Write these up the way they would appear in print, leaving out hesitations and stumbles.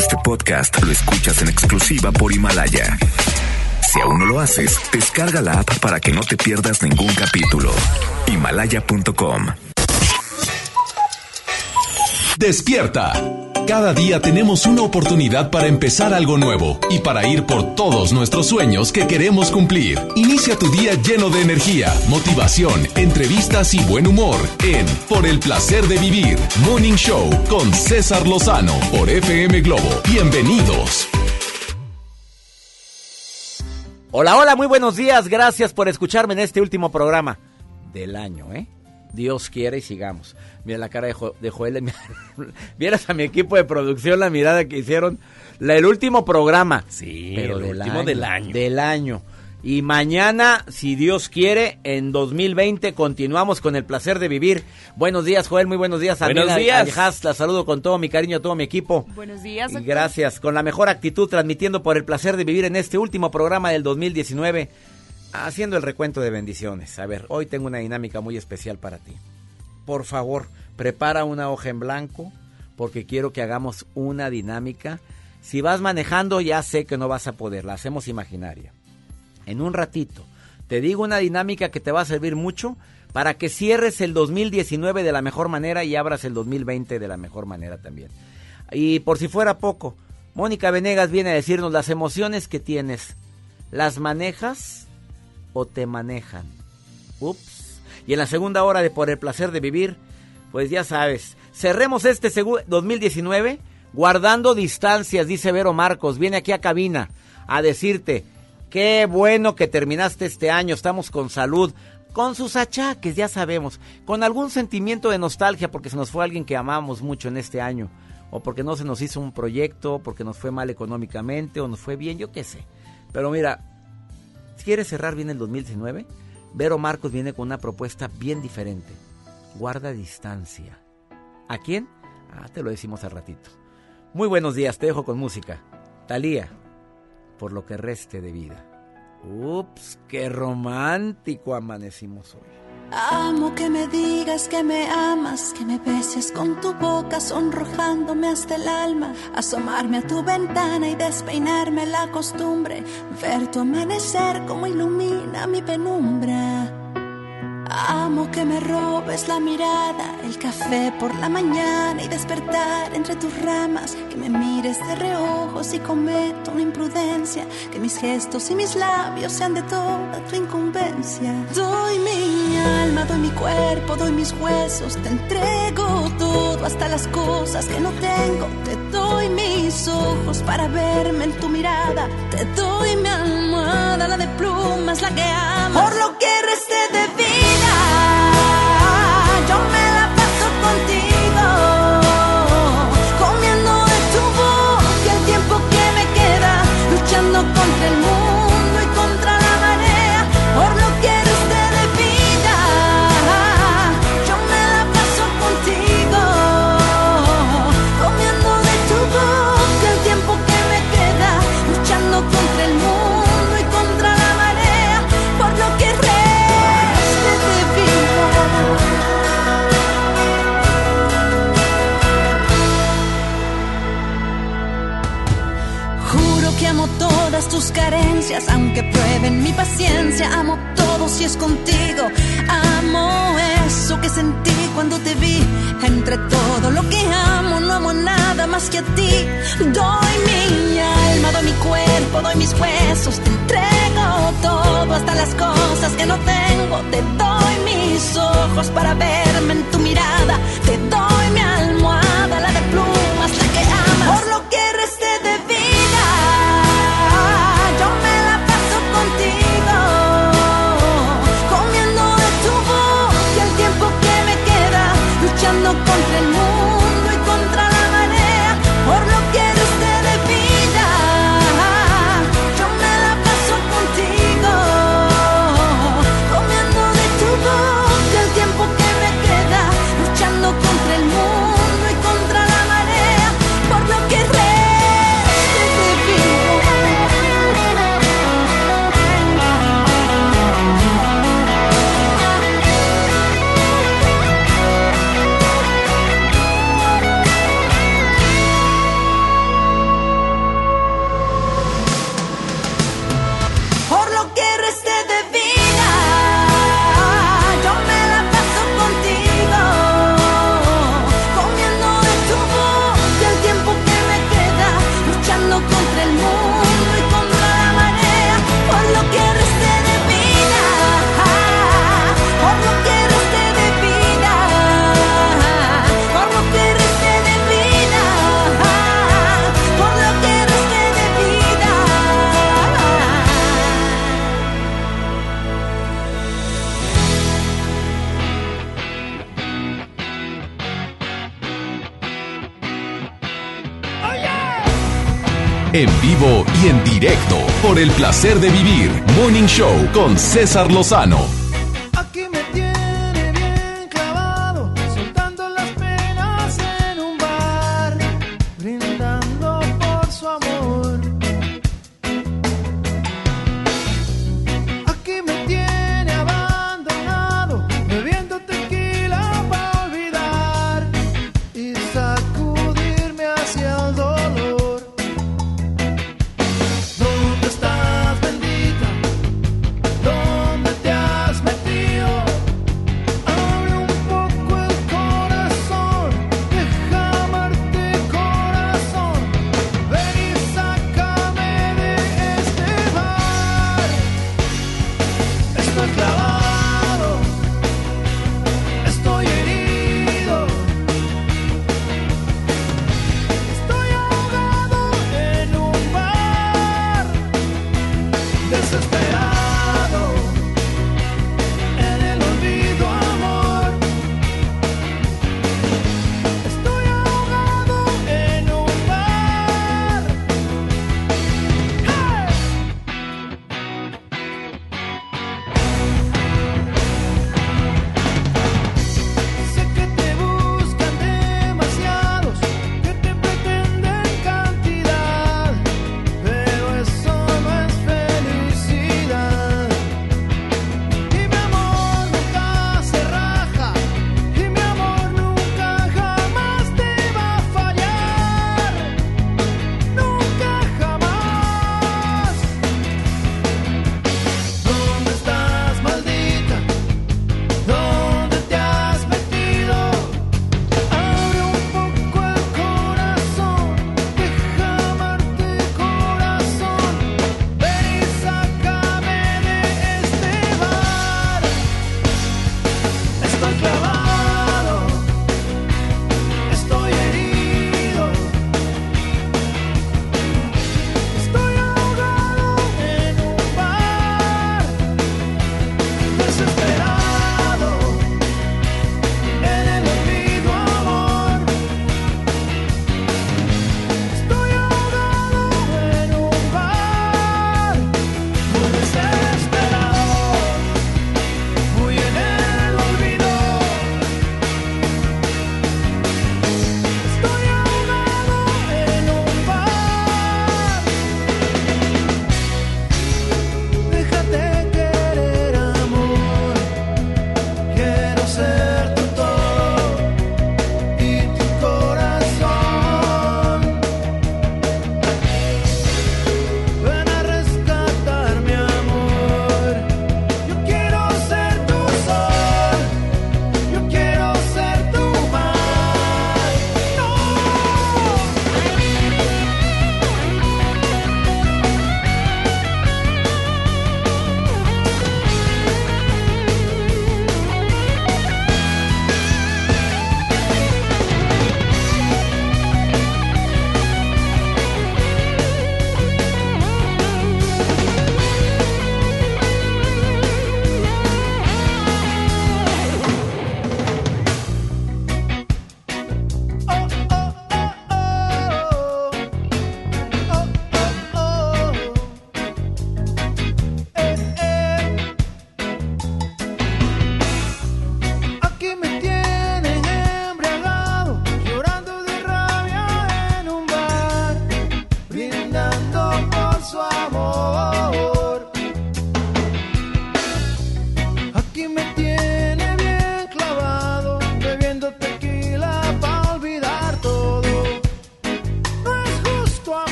Este podcast lo escuchas en exclusiva por Himalaya. Si aún no lo haces, descarga la app para que no te pierdas ningún capítulo. Himalaya.com. Despierta. Cada día tenemos una oportunidad para empezar algo nuevo y para ir por todos nuestros sueños que queremos cumplir. Inicia tu día lleno de energía, motivación, entrevistas y buen humor en Por el Placer de Vivir, Morning Show con César Lozano por FM Globo. Bienvenidos. Hola, hola, muy buenos días. Gracias por escucharme en este último programa del año, Dios quiere y sigamos. Mira la cara de Joel. Vieras a mi equipo de producción la mirada que hicieron. El último programa. Sí, pero el último del año. Del año. Y mañana, si Dios quiere, en 2020 continuamos con el placer de vivir. Buenos días, Joel. Muy buenos días. Buenos días. La saludo con todo mi cariño a todo mi equipo. Buenos días, doctor. Y gracias. Con la mejor actitud, transmitiendo por el placer de vivir en este último programa del 2019. Haciendo el recuento de bendiciones. A ver, hoy tengo una dinámica muy especial para ti. Por favor, prepara una hoja en blanco porque quiero que hagamos una dinámica. Si vas manejando, ya sé que no vas a poder, la hacemos imaginaria. En un ratito te digo una dinámica que te va a servir mucho para que cierres el 2019 de la mejor manera y abras el 2020 de la mejor manera también. Y por si fuera poco, Mónica Venegas viene a decirnos las emociones que tienes. ¿Las manejas o te manejan? Ups. Y en la segunda hora de Por el Placer de Vivir, pues ya sabes, cerremos este 2019 guardando distancias, dice Vero Marcos. Viene aquí a cabina a decirte, qué bueno que terminaste este año, estamos con salud, con sus achaques, ya sabemos, con algún sentimiento de nostalgia porque se nos fue alguien que amamos mucho en este año, o porque no se nos hizo un proyecto, porque nos fue mal económicamente, o nos fue bien, yo qué sé. Pero mira, si quieres cerrar bien el 2019... Vero Marcos viene con una propuesta bien diferente. Guarda distancia. ¿A quién? Te lo decimos al ratito. Muy buenos días, te dejo con música. Thalía, por lo que reste de vida. Ups, qué romántico amanecimos hoy. Amo que me digas que me amas, que me beses con tu boca sonrojándome hasta el alma, asomarme a tu ventana y despeinarme la costumbre, ver tu amanecer como ilumina mi penumbra. Amo que me robes la mirada, el café por la mañana y despertar entre tus ramas, que me mires de reojo si cometo una imprudencia, que mis gestos y mis labios sean de toda tu incumbencia. Doy mi alma, doy mi cuerpo, doy mis huesos, te entrego todo, hasta las cosas que no tengo. Te doy mis ojos para verme en tu mirada, te doy mi almohada, la de plumas, la que amas. Por lo que resté de vida, yo me la paso contigo, comiendo de tu boca el tiempo que me queda, luchando contra el mundo y contra la marea. Por lo que reste de vida, yo me la paso contigo, comiendo de tu boca el tiempo que me queda, luchando contra el mundo y contra la marea. Por lo que amo todas tus carencias, aunque prueben mi paciencia. Amo todo si es contigo. Amo eso que sentí cuando te vi. Entre todo lo que amo, no amo nada más que a ti. Doy mi alma, doy mi cuerpo, doy mis huesos. Te entrego todo, hasta las cosas que no tengo. Te doy mis ojos para verme en tu mirada. Te doy mi almohada, la de plumas, la que amas. Por lo que resté de vida, yo me la paso contigo, comiendo de tu boca el tiempo que me queda, luchando contra el mundo y contra la marea. Por lo que reste de vida, yo me la paso contigo, comiendo de tu boca el tiempo que me queda, luchando En vivo y en directo por el placer de vivir. Morning Show con César Lozano. Aquí me tiene bien clavado, soltando las penas en un bar, brindando por su amor. Aquí me tiene abandonado, bebiendo tequila para olvidar y sacudirme hacia el dolor. ¿Dónde estás, bendita? ¿Dónde te has metido? Abre un poco el corazón, deja amarte, corazón. Ven y sácame de este bar. Estoy clavado, estoy herido, estoy ahogado en un bar, desesperado en el olvido, amor. Estoy ahogado en un bar. ¡Hey! Sé que te buscan demasiados, que te pretenden cantidad, pero eso no es felicidad.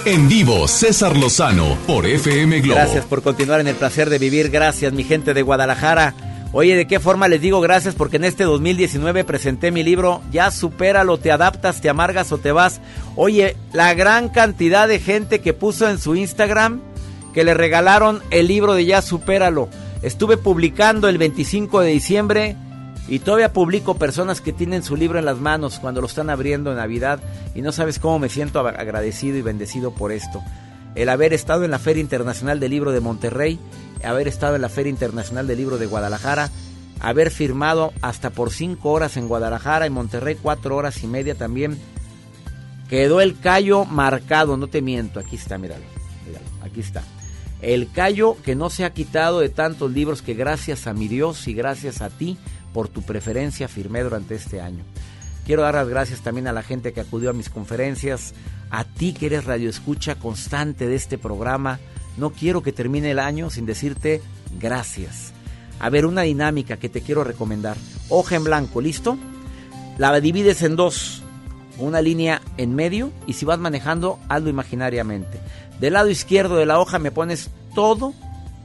En vivo, César Lozano por FM Globo. Gracias por continuar en el placer de vivir. Gracias, mi gente de Guadalajara. Oye, ¿de qué forma les digo gracias? Porque en este 2019 presenté mi libro Ya Supéralo, te adaptas, te amargas o te vas. Oye, la gran cantidad de gente que puso en su Instagram que le regalaron el libro de Ya Supéralo. Estuve publicando el 25 de diciembre y todavía publico personas que tienen su libro en las manos cuando lo están abriendo en Navidad, y no sabes cómo me siento agradecido y bendecido por esto. El haber estado en la Feria Internacional del Libro de Monterrey, haber estado en la Feria Internacional del Libro de Guadalajara, haber firmado hasta por 5 horas en Guadalajara, en Monterrey 4 horas y media también. Quedó el callo marcado, no te miento, aquí está, míralo, aquí está. El callo que no se ha quitado de tantos libros que gracias a mi Dios y gracias a ti por tu preferencia firmé durante este año. Quiero dar las gracias también a la gente que acudió a mis conferencias, a ti que eres radioescucha constante de este programa. No quiero que termine el año sin decirte gracias. A ver, una dinámica que te quiero recomendar. Hoja en blanco, ¿listo? La divides en dos, una línea en medio, y si vas manejando, hazlo imaginariamente. Del lado izquierdo de la hoja me pones todo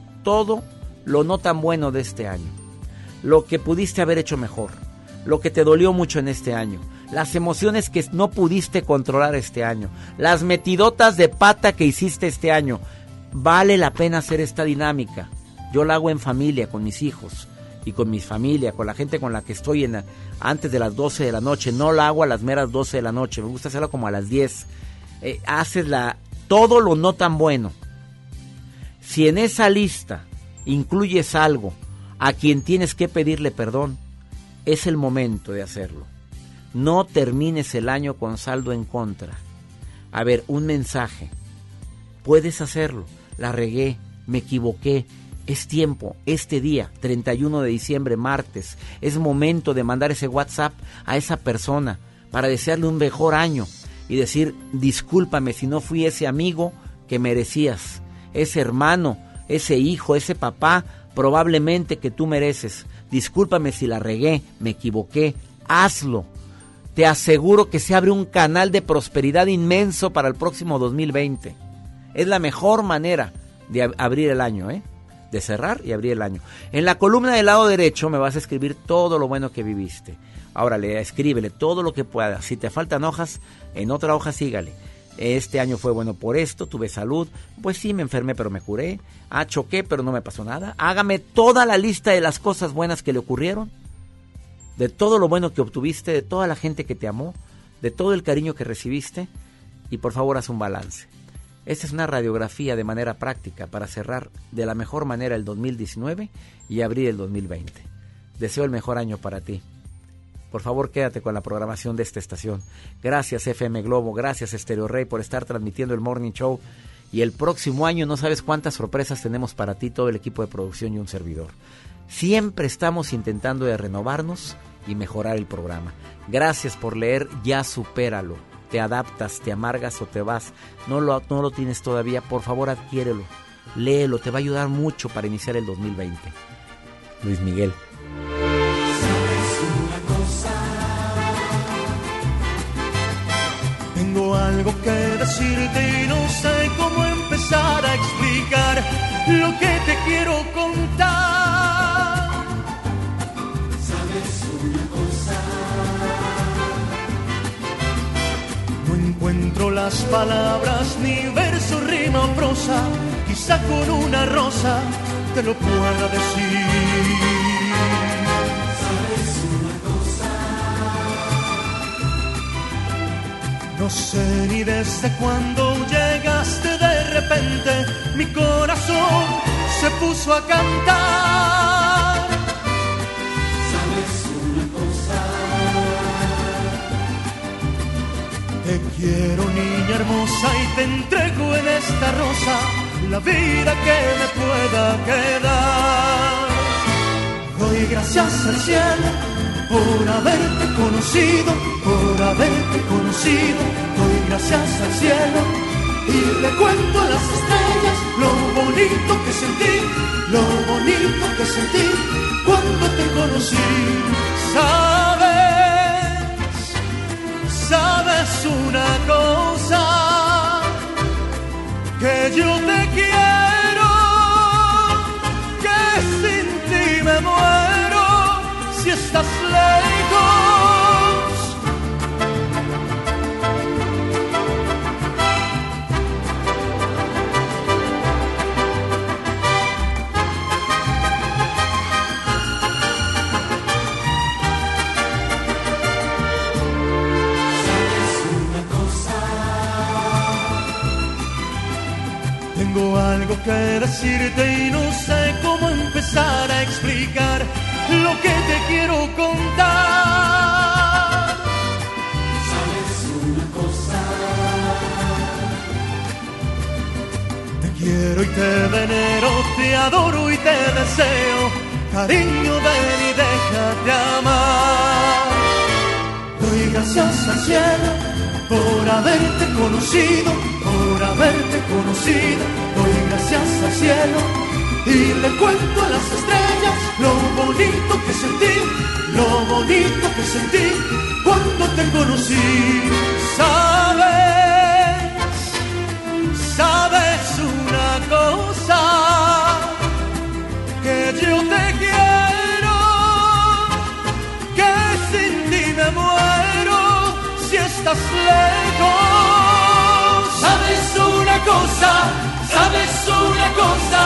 lo no tan bueno de este año. Lo que pudiste haber hecho mejor, lo que te dolió mucho en este año, las emociones que no pudiste controlar este año, las metidotas de pata que hiciste este año. Vale la pena hacer esta dinámica. Yo la hago en familia, con mis hijos y con mi familia, con la gente con la que estoy antes de las 12 de la noche. No la hago a las meras 12 de la noche, me gusta hacerla como a las 10. Haces todo lo no tan bueno. Si en esa lista incluyes algo a quien tienes que pedirle perdón, es el momento de hacerlo. No termines el año con saldo en contra. A ver, un mensaje. Puedes hacerlo. La regué, me equivoqué. Es tiempo, este día, 31 de diciembre, martes, es momento de mandar ese WhatsApp a esa persona para desearle un mejor año y decir, discúlpame si no fui ese amigo que merecías, ese hermano, ese hijo, ese papá, probablemente que tú mereces. Discúlpame si la regué, me equivoqué, hazlo. Te aseguro que se abre un canal de prosperidad inmenso para el próximo 2020. Es la mejor manera de abrir el año, de cerrar y abrir el año. En la columna del lado derecho me vas a escribir todo lo bueno que viviste. Ahora escríbele todo lo que puedas. Si te faltan hojas, en otra hoja sígale. Este año fue bueno por esto, tuve salud, pues sí, me enfermé pero me curé, choqué pero no me pasó nada. Hágame toda la lista de las cosas buenas que le ocurrieron, de todo lo bueno que obtuviste, de toda la gente que te amó, de todo el cariño que recibiste, y por favor haz un balance. Esta es una radiografía de manera práctica para cerrar de la mejor manera el 2019 y abrir el 2020. Deseo el mejor año para ti. Por favor, quédate con la programación de esta estación. Gracias FM Globo, gracias Stereo Rey por estar transmitiendo el Morning Show. Y el próximo año no sabes cuántas sorpresas tenemos para ti, todo el equipo de producción y un servidor. Siempre estamos intentando de renovarnos y mejorar el programa. Gracias por leer Ya Supéralo. Te adaptas, te amargas o te vas. No lo tienes todavía, por favor adquiérelo. Léelo, te va a ayudar mucho para iniciar el 2020. Luis Miguel. Tengo algo que decirte y no sé cómo empezar a explicar lo que te quiero contar. ¿Sabes una cosa? No encuentro las palabras, ni verso, rima o prosa. Quizá con una rosa te lo pueda decir. No sé ni desde cuándo llegaste de repente, mi corazón se puso a cantar. ¿Sabes una cosa? Te quiero, niña hermosa, y te entrego en esta rosa la vida que me pueda quedar. Doy gracias al cielo por haberte conocido, por haberte conocido. Doy gracias al cielo y le cuento a las estrellas lo bonito que sentí, lo bonito que sentí cuando te conocí. Sabes una cosa, lejos. Tengo algo que decirte y no sé cómo empezar a explicar lo que te quiero contar. ¿Sabes una cosa? Te quiero y te venero, te adoro y te deseo. Cariño, ven y déjate amar. Doy gracias al cielo por haberte conocido, por haberte conocido. Doy gracias al cielo y le cuento a las estrellas lo bonito que sentí, lo bonito que sentí cuando te conocí. Sabes una cosa, que yo te quiero, que sin ti me muero si estás lejos. Sabes una cosa, sabes una cosa.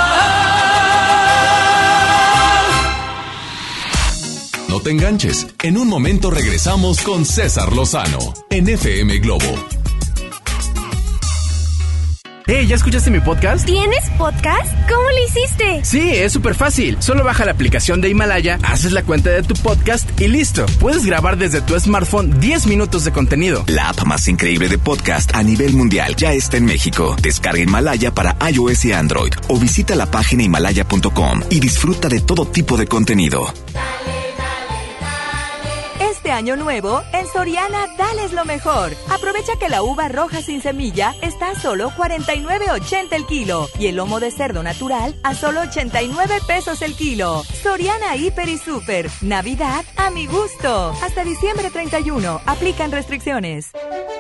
No te enganches. En un momento regresamos con César Lozano en FM Globo. ¿Ya escuchaste mi podcast? ¿Tienes podcast? ¿Cómo lo hiciste? Sí, es súper fácil. Solo baja la aplicación de Himalaya, haces la cuenta de tu podcast y listo. Puedes grabar desde tu smartphone 10 minutos de contenido. La app más increíble de podcast a nivel mundial ya está en México. Descarga Himalaya para iOS y Android o visita la página himalaya.com y disfruta de todo tipo de contenido. Este año nuevo, en Soriana, dales lo mejor. Aprovecha que la uva roja sin semilla está a solo $49.80 el kilo y el lomo de cerdo natural a solo 89 pesos el kilo. Soriana Hiper y Super. Navidad a mi gusto. Hasta diciembre 31. Aplican restricciones.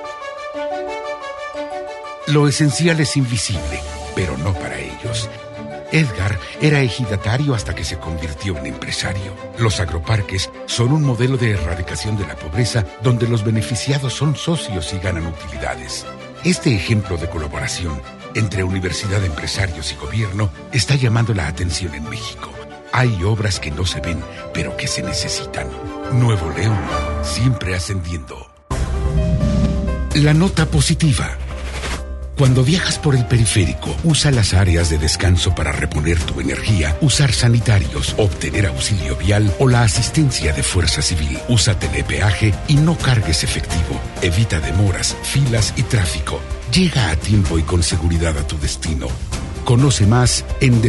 Lo esencial es invisible, pero no para ellos. Edgar era ejidatario hasta que se convirtió en empresario. Los agroparques son un modelo de erradicación de la pobreza donde los beneficiados son socios y ganan utilidades. Este ejemplo de colaboración entre universidad, empresarios y gobierno está llamando la atención en México. Hay obras que no se ven, pero que se necesitan. Nuevo León, siempre ascendiendo. La nota positiva. Cuando viajas por el periférico, usa las áreas de descanso para reponer tu energía, usar sanitarios, obtener auxilio vial o la asistencia de Fuerza Civil. Usa telepeaje y no cargues efectivo. Evita demoras, filas y tráfico. Llega a tiempo y con seguridad a tu destino. Conoce más en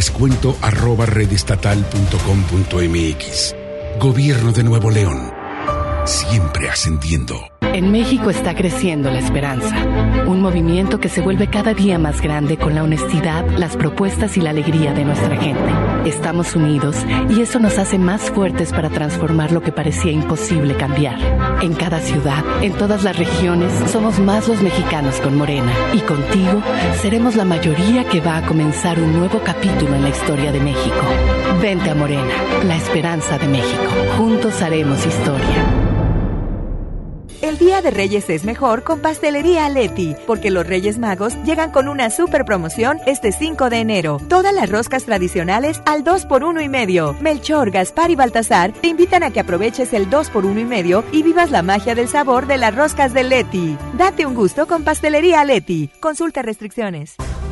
descuento@redestatal.com.mx. Gobierno de Nuevo León. Siempre ascendiendo. En México está creciendo la esperanza, un movimiento que se vuelve cada día más grande con la honestidad, las propuestas y la alegría de nuestra gente. Estamos unidos y eso nos hace más fuertes para transformar lo que parecía imposible cambiar. En cada ciudad, en todas las regiones, somos más los mexicanos con Morena y contigo seremos la mayoría que va a comenzar un nuevo capítulo en la historia de México. Vente a Morena, la esperanza de México. Juntos haremos historia. El Día de Reyes es mejor con Pastelería Leti, porque los Reyes Magos llegan con una super promoción este 5 de enero. Todas las roscas tradicionales al 2x1.5. Melchor, Gaspar y Baltasar te invitan a que aproveches el 2x1.5 y vivas la magia del sabor de las roscas de Leti. Date un gusto con Pastelería Leti. Consulta restricciones.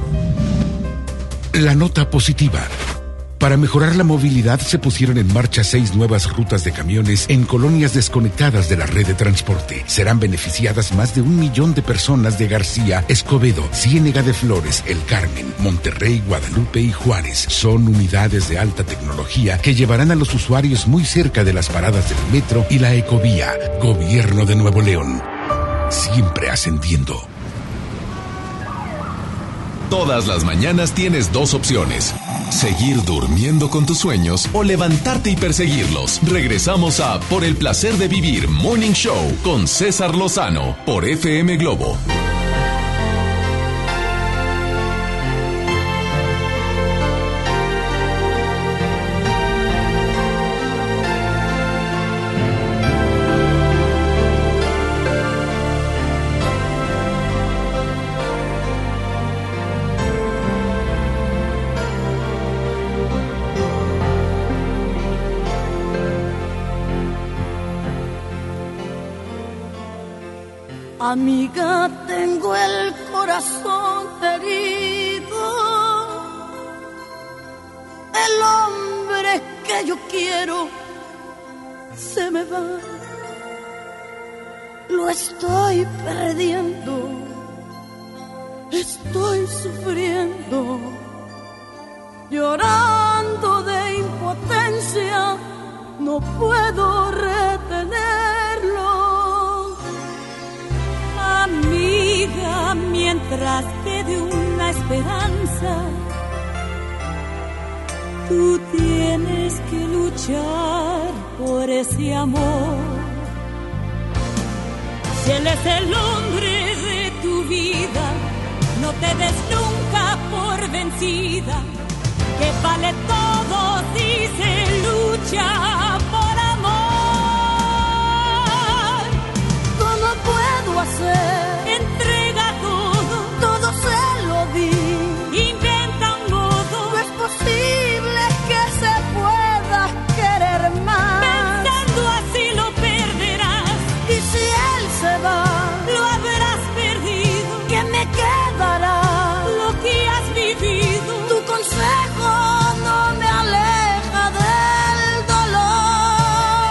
La nota positiva. Para mejorar la movilidad se pusieron en marcha 6 nuevas rutas de camiones en colonias desconectadas de la red de transporte. Serán beneficiadas más de 1 millón de personas de García, Escobedo, Ciénega de Flores, El Carmen, Monterrey, Guadalupe y Juárez. Son unidades de alta tecnología que llevarán a los usuarios muy cerca de las paradas del metro y la ecovía. Gobierno de Nuevo León. Siempre ascendiendo. Todas las mañanas tienes 2 opciones: seguir durmiendo con tus sueños o levantarte y perseguirlos. Regresamos a Por el placer de vivir Morning Show con César Lozano por FM Globo. Amiga, tengo el corazón herido. El hombre que yo quiero se me va. Lo estoy perdiendo. Estoy sufriendo. Llorando de impotencia. No puedo retenerlo. Amiga, mientras quede una esperanza, tú tienes que luchar por ese amor. Si él es el hombre de tu vida, no te des nunca por vencida, que vale todo si se lucha por amor. ¿Cómo puedo hacer? Entrega todo, todo se lo di. Inventa un modo, no es posible que se pueda querer más. Pensando así lo perderás, y si él se va, lo habrás perdido. ¿Qué me quedará? Lo que has vivido. Tu consejo no me aleja del dolor.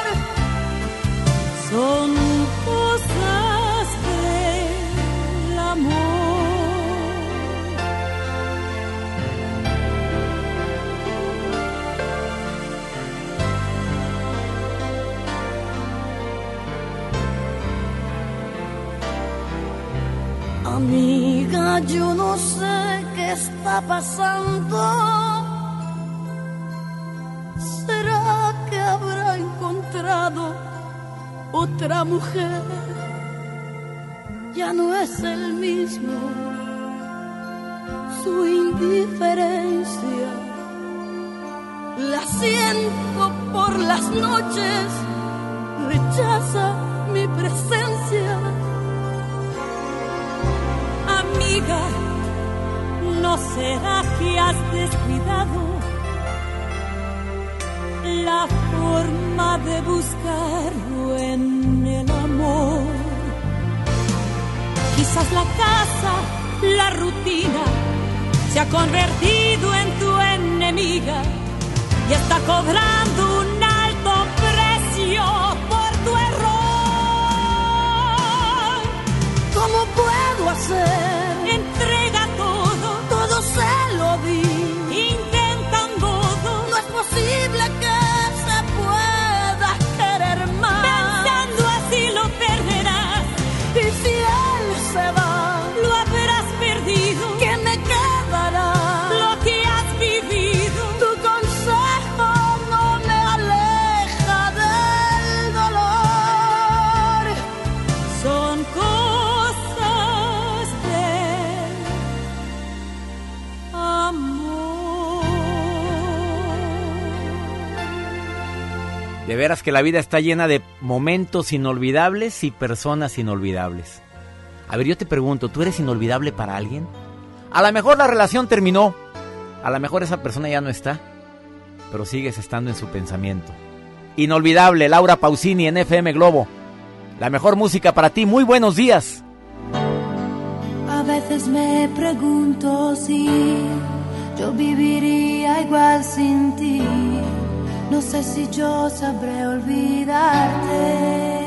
Son cosas del amor. Amiga, yo no sé qué está pasando. ¿Será que habrá encontrado otra mujer? Ya no es el mismo. Su indiferencia la siento por las noches. Rechaza mi presencia. Amiga, ¿no será que has descuidado la forma de buscarlo en el amor? Quizás la casa, la rutina, se ha convertido en tu enemiga y está cobrando un alto precio por tu error. ¿Cómo puedo hacer? Entrega todo, todo se lo di. Intenta un modo, no es posible que se pueda querer más. Pensando así lo perderás, y si él se va, lo habrás perdido. ¿Qué me quedará? Lo que has vivido. Tu consejo no me aleja del dolor. Son cosas del amor. De veras que la vida está llena de momentos inolvidables y personas inolvidables. A ver, yo te pregunto, ¿tú eres inolvidable para alguien? A lo mejor la relación terminó, a lo mejor esa persona ya no está, pero sigues estando en su pensamiento. Inolvidable, Laura Pausini en FM Globo. La mejor música para ti, muy buenos días. A veces me pregunto si yo viviría igual sin ti. No sé si yo sabré olvidarte.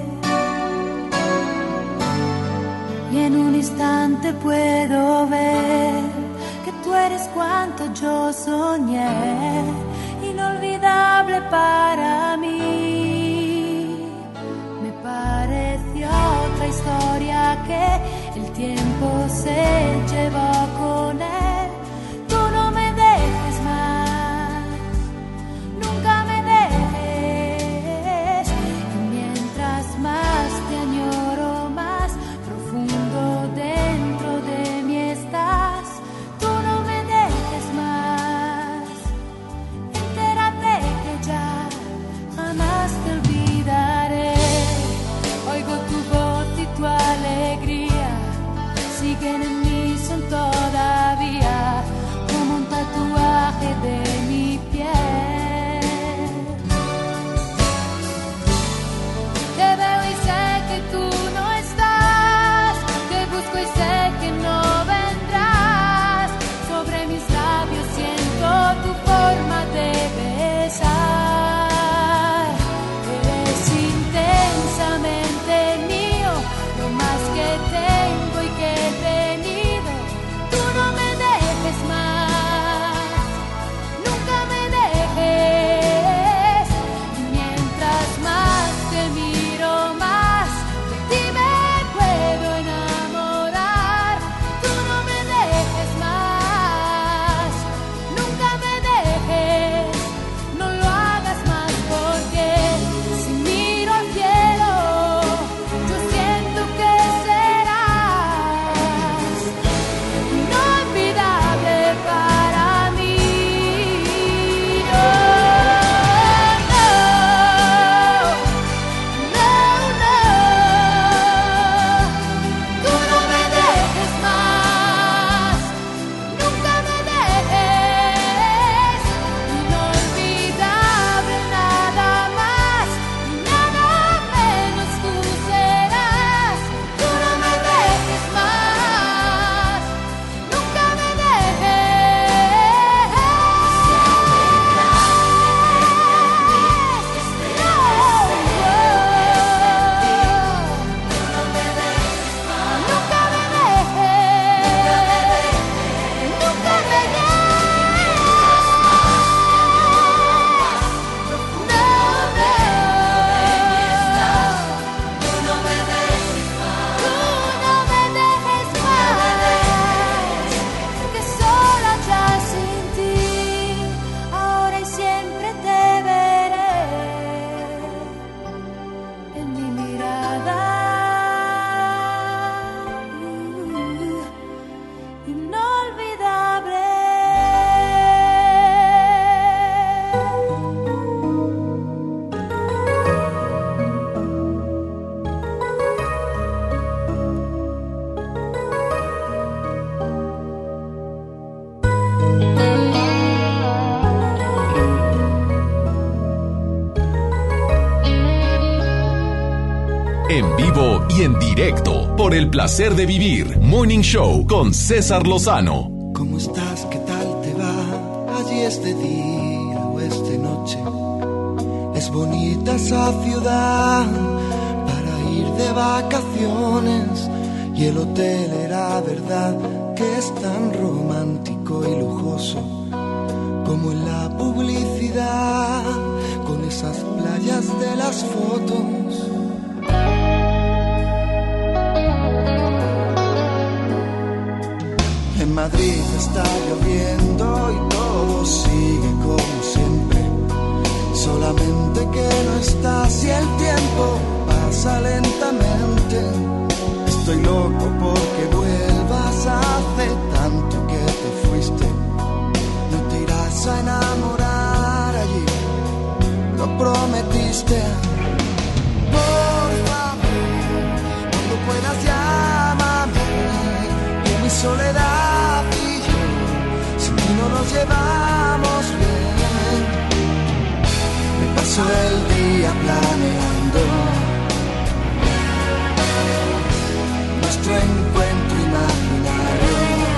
Y en un instante puedo ver que tú eres cuanto yo soñé, inolvidable para mí. Me pareció otra historia que el tiempo se llevó con él. Tú no me dejes más, nunca me dejes. Y mientras más te añoro, más profundo dentro de mí estás. Tú no me dejes más. Entérate que ya jamás te olvidaré. Oigo tu voz y tu alegría siguen en mí, son todavía como un tatuaje de mi piel. Te veo y sé que tú no estás. y en directo por el placer de vivir. Morning Show con César Lozano. ¿Cómo estás? ¿Qué tal te va? Allí es de día o es de noche. Es bonita esa ciudad para ir de vacaciones. Y el hotel era verdad que es tan romántico y lujoso como en la publicidad, con esas playas de las fotos. En Madrid está lloviendo y todo sigue como siempre, solamente que no estás y el tiempo pasa lentamente. Estoy loco porque vuelvas, hace tanto que te fuiste. No te irás a enamorar allí, lo prometiste. Por favor, cuando puedas llámame, que mi soledad y yo, sin ti no nos llevamos bien. Me paso el día planeando nuestro encuentro imaginario.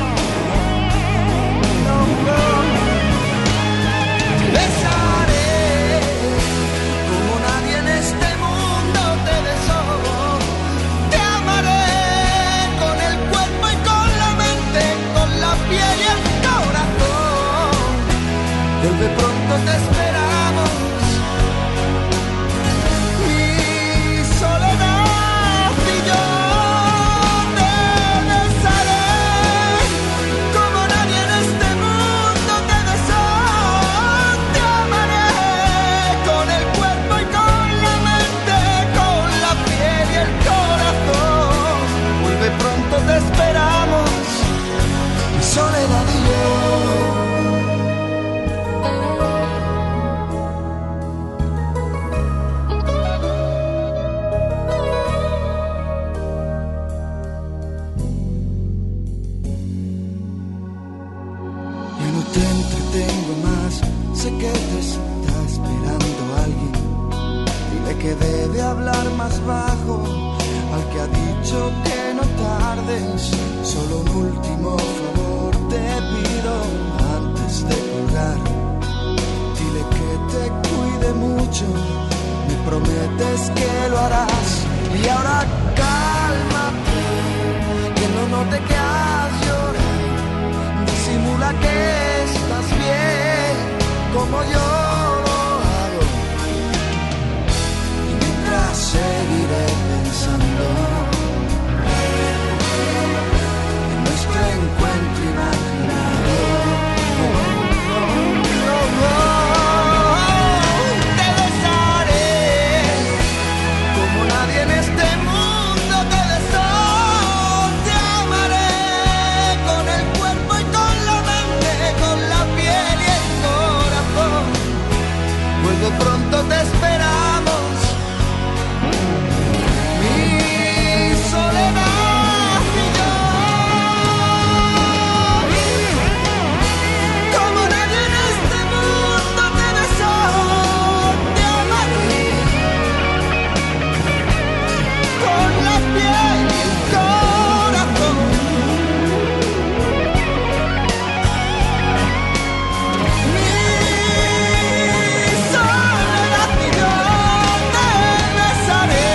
Te besaré como nadie en este mundo te besó. Te amaré con el cuerpo y con la mente, con la piel y el corazón. Vuelve pronto, te esperamos. Mi soledad y yo. Te esperamos, mi soledad y ya no te entretengo más, sé que te está esperando alguien. Dile que debe hablar más bajo al que ha dicho que no tardes. Solo un último favor te pido antes de colgar. Dile que te cuide mucho, me prometes que lo harás. Y ahora cálmate, que no note que has llorado. Disimula que estás bien, como yo lo hago. Y mientras seguiré pensando en nuestro encuentro imaginario. Te besaré como nadie en este mundo te besó. Te amaré con el cuerpo y con la mente, con la piel y el corazón. Vuelve pronto, te esperamos. Soledad y yo, como nadie en este mundo te besó. Te amaré con la piel y el corazón. Mi soledad y yo te besaré.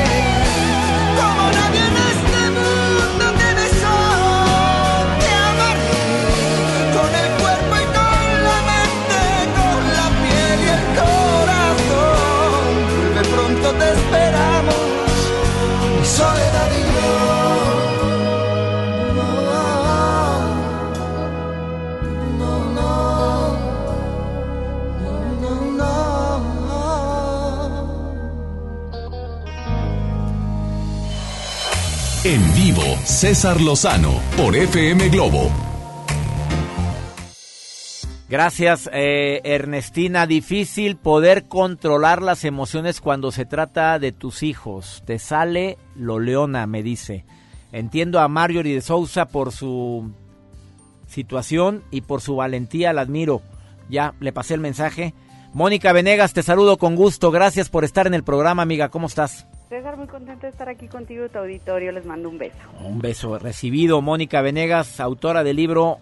Te esperamos, mi soledad y yo. No, no, no, no, no. En vivo, César Lozano por FM Globo. Gracias, Ernestina. Difícil poder controlar las emociones cuando se trata de tus hijos. Te sale lo leona, me dice. Entiendo a Marjorie de Sousa por su situación y por su valentía, la admiro. Ya le pasé el mensaje. Mónica Venegas, te saludo con gusto. Gracias por estar en el programa, amiga. ¿Cómo estás? César, muy contenta de estar aquí contigo y tu auditorio. Les mando un beso. Un beso recibido. Mónica Venegas, autora del libro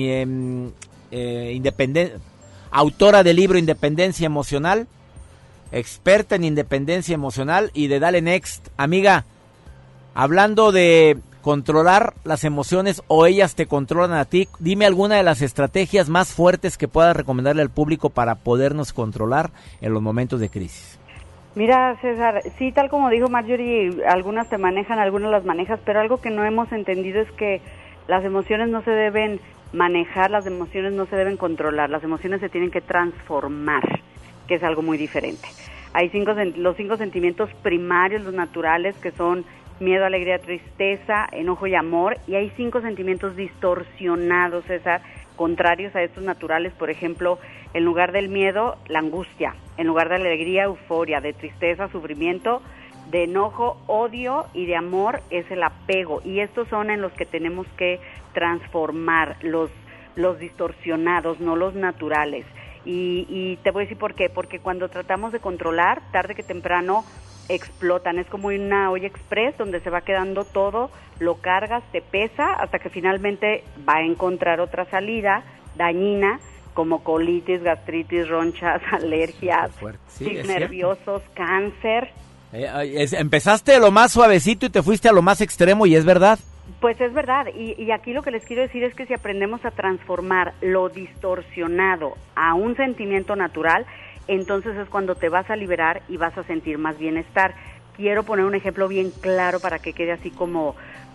autora del libro Independencia Emocional, experta en independencia emocional y de Dale Next. Amiga, hablando de controlar las emociones o ellas te controlan a ti, dime alguna de las estrategias más fuertes que puedas recomendarle al público para podernos controlar en los momentos de crisis. Mira, César, sí, tal como dijo Marjorie, algunas te manejan, algunas las manejas, pero algo que no hemos entendido es que las emociones no se deben manejar, las emociones no se deben controlar, las emociones se tienen que transformar, que es algo muy diferente. Hay los 5 sentimientos primarios, los naturales, que son miedo, alegría, tristeza, enojo y amor, y hay 5 sentimientos distorsionados, César, contrarios a estos naturales. Por ejemplo, en lugar del miedo, la angustia, en lugar de la alegría, euforia, de tristeza, sufrimiento, de enojo, odio, y de amor es el apego, y estos son en los que tenemos que transformar, los distorsionados, no los naturales. Y te voy a decir por qué, porque cuando tratamos de controlar, tarde que temprano explotan, es como una olla express donde se va quedando todo, lo cargas, te pesa, hasta que finalmente va a encontrar otra salida dañina, como colitis, gastritis, ronchas, alergias, tics nerviosos, cáncer. Empezaste de lo más suavecito y te fuiste a lo más extremo, y es verdad. Pues es verdad, y aquí lo que les quiero decir es que si aprendemos a transformar lo distorsionado a un sentimiento natural, entonces es cuando te vas a liberar y vas a sentir más bienestar. Quiero poner un ejemplo bien claro para que quede así como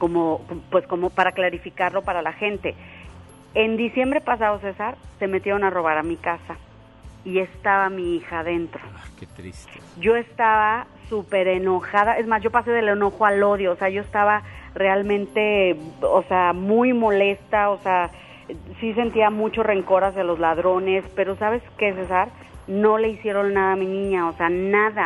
para clarificarlo para la gente. En diciembre pasado, César, se metieron a robar a mi casa y estaba mi hija dentro. Qué triste. Yo estaba súper enojada, es más, yo pasé del enojo al odio, o sea, yo estaba realmente, o sea, muy molesta, o sea, sí sentía mucho rencor hacia los ladrones, pero ¿sabes qué, César? No le hicieron nada a mi niña, o sea, nada.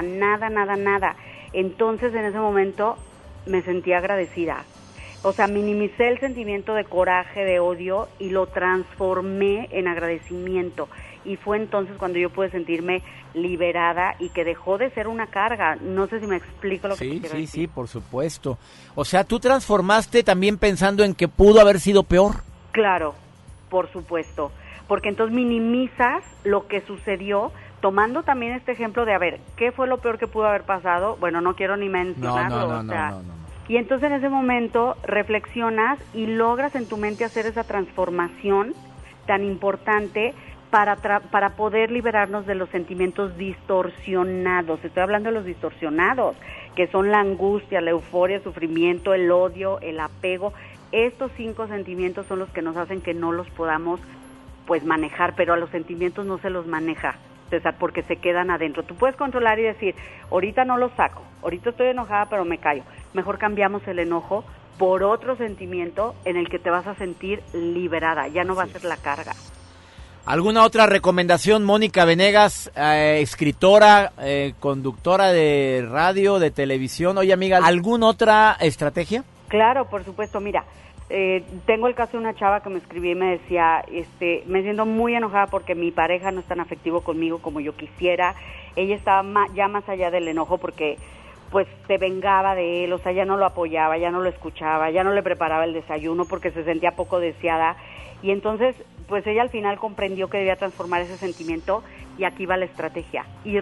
Entonces, en ese momento, me sentí agradecida. O sea, minimicé el sentimiento de coraje, de odio, y lo transformé en agradecimiento. Y fue entonces cuando yo pude sentirme liberada y que dejó de ser una carga. No sé si me explico lo que quiero decir. Sí, por supuesto. O sea, tú transformaste también pensando en que pudo haber sido peor. Claro, por supuesto. Porque entonces minimizas lo que sucedió, tomando también este ejemplo de, a ver, ¿qué fue lo peor que pudo haber pasado? Bueno, no quiero ni mencionarlo. No. Y entonces en ese momento reflexionas y logras en tu mente hacer esa transformación tan importante para poder liberarnos de los sentimientos distorsionados. Estoy hablando de los distorsionados, que son la angustia, la euforia, el sufrimiento, el odio, el apego. Estos 5 sentimientos son los que nos hacen que no los podamos pues manejar, pero a los sentimientos no se los maneja, César, porque se quedan adentro. Tú puedes controlar y decir, ahorita no los saco, ahorita estoy enojada pero me callo. Mejor cambiamos el enojo por otro sentimiento en el que te vas a sentir liberada, ya no va a ser la carga. ¿Alguna otra recomendación, Mónica Venegas, escritora, conductora de radio, de televisión? Oye, amiga, ¿alguna otra estrategia? Claro, por supuesto, mira. Tengo el caso de una chava que me escribía y me decía, me siento muy enojada porque mi pareja no es tan afectivo conmigo como yo quisiera. Ella estaba ya más allá del enojo porque pues se vengaba de él, o sea, ya no lo apoyaba, ya no lo escuchaba, ya no le preparaba el desayuno porque se sentía poco deseada. Y entonces, pues ella al final comprendió que debía transformar ese sentimiento, y aquí va la estrategia: y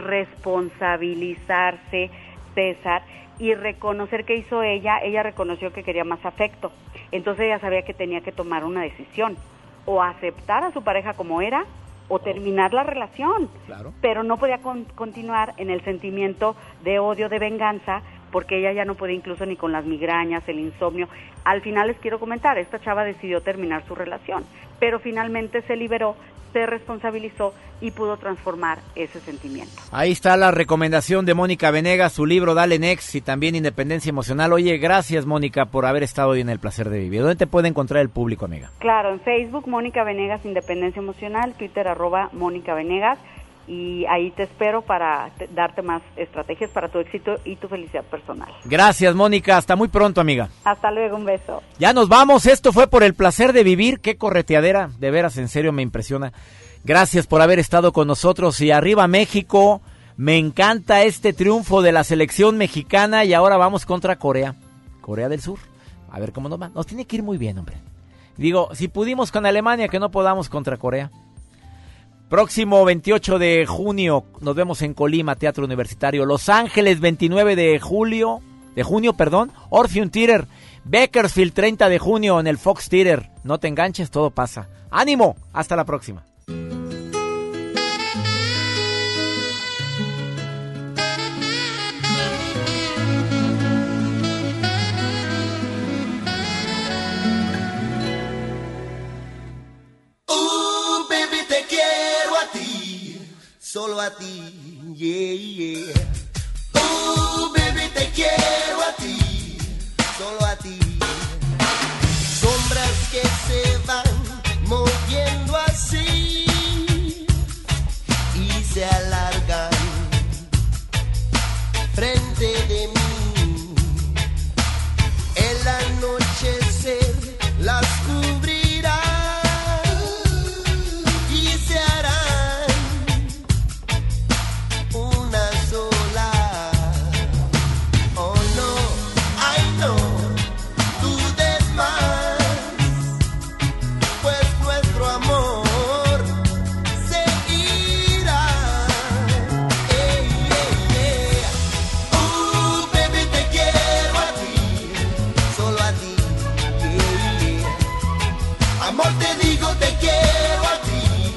responsabilizarse, César, y reconocer qué hizo ella. Ella reconoció que quería más afecto, entonces ella sabía que tenía que tomar una decisión, o aceptar a su pareja como era, o terminar la relación. Claro. Pero no podía continuar en el sentimiento de odio, de venganza, porque ella ya no podía incluso ni con las migrañas, el insomnio. Al final les quiero comentar, esta chava decidió terminar su relación, pero finalmente se liberó, se responsabilizó y pudo transformar ese sentimiento. Ahí está la recomendación de Mónica Venegas, su libro Dale Next y también Independencia Emocional. Oye, gracias, Mónica, por haber estado hoy en El Placer de Vivir. ¿Dónde te puede encontrar el público, amiga? Claro, en Facebook, Mónica Venegas Independencia Emocional, Twitter, @Mónica Venegas, y ahí te espero para darte más estrategias para tu éxito y tu felicidad personal. Gracias, Mónica, hasta muy pronto, amiga. Hasta luego, un beso. Ya nos vamos, esto fue por El Placer de Vivir. Qué correteadera, de veras, en serio me impresiona. Gracias por haber estado con nosotros, y arriba México, Me encanta este triunfo de la selección mexicana y ahora vamos contra Corea del Sur. A ver cómo nos va. Nos tiene que ir muy bien, hombre. Digo, si pudimos con Alemania, que no podamos contra Corea. Próximo 28 de junio nos vemos en Colima, Teatro Universitario. Los Ángeles, 29 de junio, Orpheum Theater. Bakersfield, 30 de junio en el Fox Theater. No te enganches, todo pasa. ¡Ánimo! Hasta la próxima. Baby, te quiero a ti, solo a ti, yeah, yeah. Baby, te quiero a ti, solo a ti. Sombras que se van moviendo así y se alargan frente de mí. El anochecer las cubrirá y se harán una sola. Oh no, ay no, dudes más, pues nuestro amor seguirá. Hey, hey, yeah. Baby, te quiero a ti, solo a ti, yeah, yeah. Amor, te digo, te quiero a ti,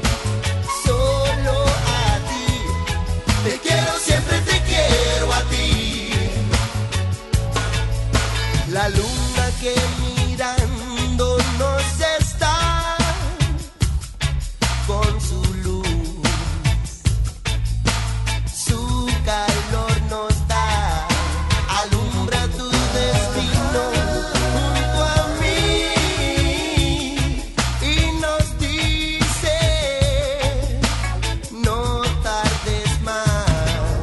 solo a ti. Te quiero, siempre te quiero a ti. La luna que mirándonos está con su luz, su calor nos da, alumbra tu destino junto a mí y nos dice no tardes más.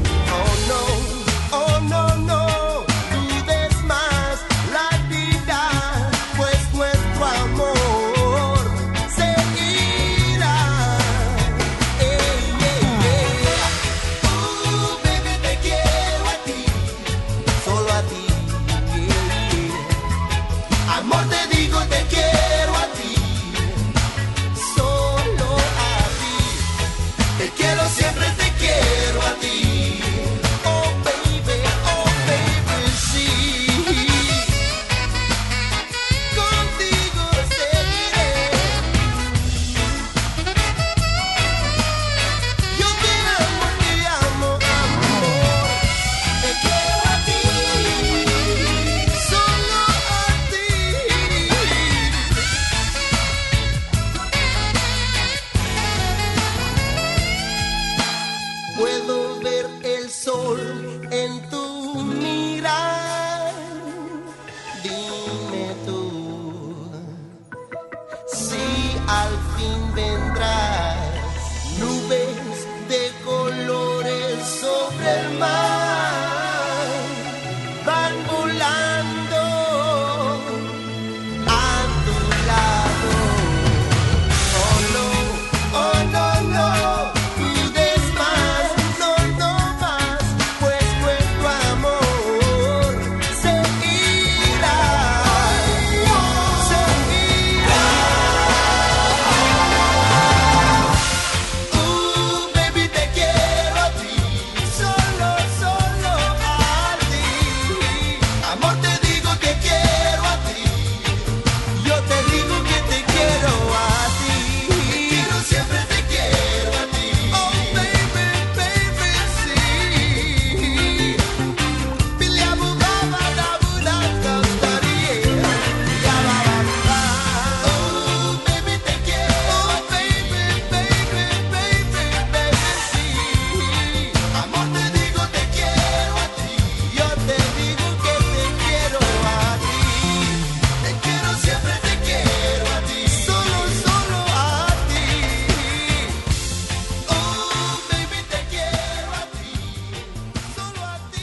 Oh no, no dudes más la vida, pues nuestro amor seguirá. Hey, hey, yeah. Baby, te quiero a ti, solo a ti, yeah, yeah. Amor, te digo, te quiero a ti, solo a ti. Te quiero, siempre te quiero a ti. Oh baby, sí. Contigo seguiré. Yo te amo, amor. Te quiero a ti, solo a ti. Puedo ver el sol en tu mirar. Dime tú si al fin vendrás. Nubes de colores sobre el mar van volando a tu lado. Oh no, dudes más, no más, pues nuestro amor seguirá. Baby, te quiero a ti, solo a ti. Amor, te digo que quiero a ti, yo te digo que te quiero a ti. Te quiero, siempre te quiero a ti. Oh baby, sí. Piliabu baba da buda costaría. Ya va. Oh baby, te quiero. Oh baby, sí. Amor, te digo te quiero a ti, yo te digo que te quiero a ti. Te quiero, siempre te quiero a ti, solo a ti. Oh baby, te quiero a ti, solo a ti,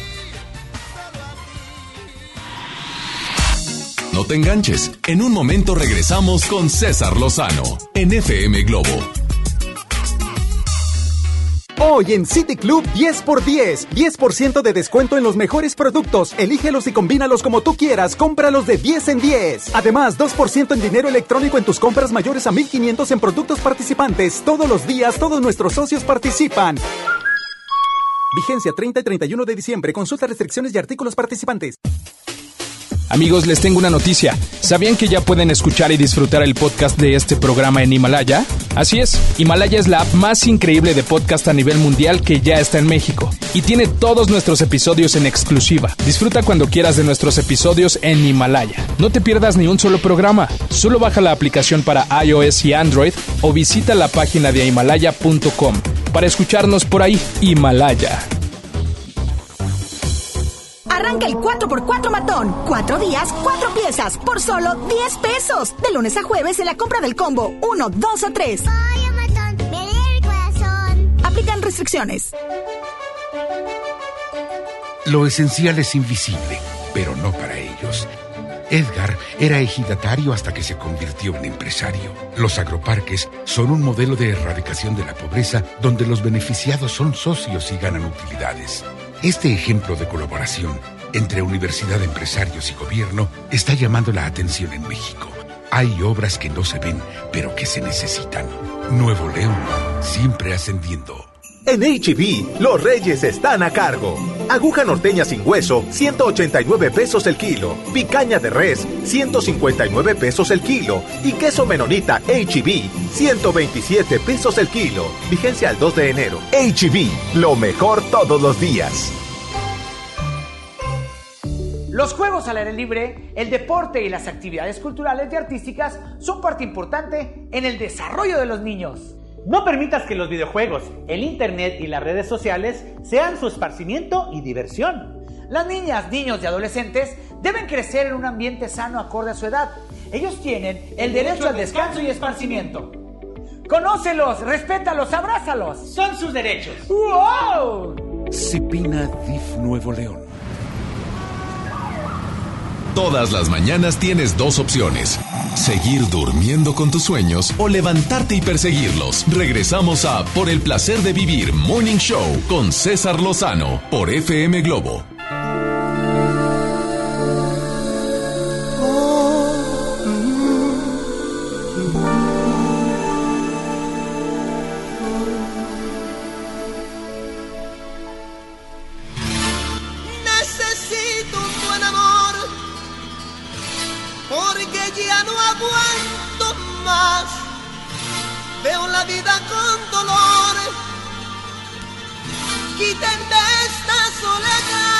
No te enganches. En un momento regresamos con César Lozano en FM Globo. Hoy en City Club 10x10. 10% de descuento en los mejores productos. Elígelos y combínalos como tú quieras. Cómpralos de 10 en 10. Además, 2% en dinero electrónico en tus compras mayores a 1,500 en productos participantes. Todos los días, todos nuestros socios participan. Vigencia 30 y 31 de diciembre. Consulta restricciones y artículos participantes. Amigos, les tengo una noticia. ¿Sabían que ya pueden escuchar y disfrutar el podcast de este programa en Himalaya? Así es, Himalaya es la app más increíble de podcast a nivel mundial que ya está en México y tiene todos nuestros episodios en exclusiva. Disfruta cuando quieras de nuestros episodios en Himalaya. No te pierdas ni un solo programa. Solo baja la aplicación para iOS y Android o visita la página de himalaya.com para escucharnos por ahí. Himalaya. Arranca el 4x4 matón. 4 días, 4 piezas, por solo 10 pesos. De lunes a jueves en la compra del combo 1, 2 o 3. Pollo matón, me lee el corazón. Aplican restricciones. Lo esencial es invisible, pero no para ellos. Edgar era ejidatario hasta que se convirtió en empresario. Los agroparques son un modelo de erradicación de la pobreza donde los beneficiados son socios y ganan utilidades. Este ejemplo de colaboración entre universidad, empresarios y gobierno está llamando la atención en México. Hay obras que no se ven, pero que se necesitan. Nuevo León, siempre ascendiendo. En H-E-B, los reyes están a cargo. Aguja norteña sin hueso, 189 pesos el kilo. Picaña de res, 159 pesos el kilo. Y queso menonita H-E-B, 127 pesos el kilo. Vigencia al 2 de enero. H-E-B, lo mejor todos los días. Los juegos al aire libre, el deporte y las actividades culturales y artísticas son parte importante en el desarrollo de los niños. No permitas que los videojuegos, el internet y las redes sociales sean su esparcimiento y diversión. Las niñas, niños y adolescentes deben crecer en un ambiente sano acorde a su edad. Ellos tienen el derecho al descanso y esparcimiento. Conócelos, respétalos, abrázalos. Son sus derechos. ¡Wow! Cipina DIF Nuevo León. Todas las mañanas tienes dos opciones: seguir durmiendo con tus sueños o levantarte y perseguirlos. Regresamos a Por el placer de vivir Morning Show con César Lozano por FM Globo. Ya no aguanto más, veo la vida con dolor, quítenme esta soledad.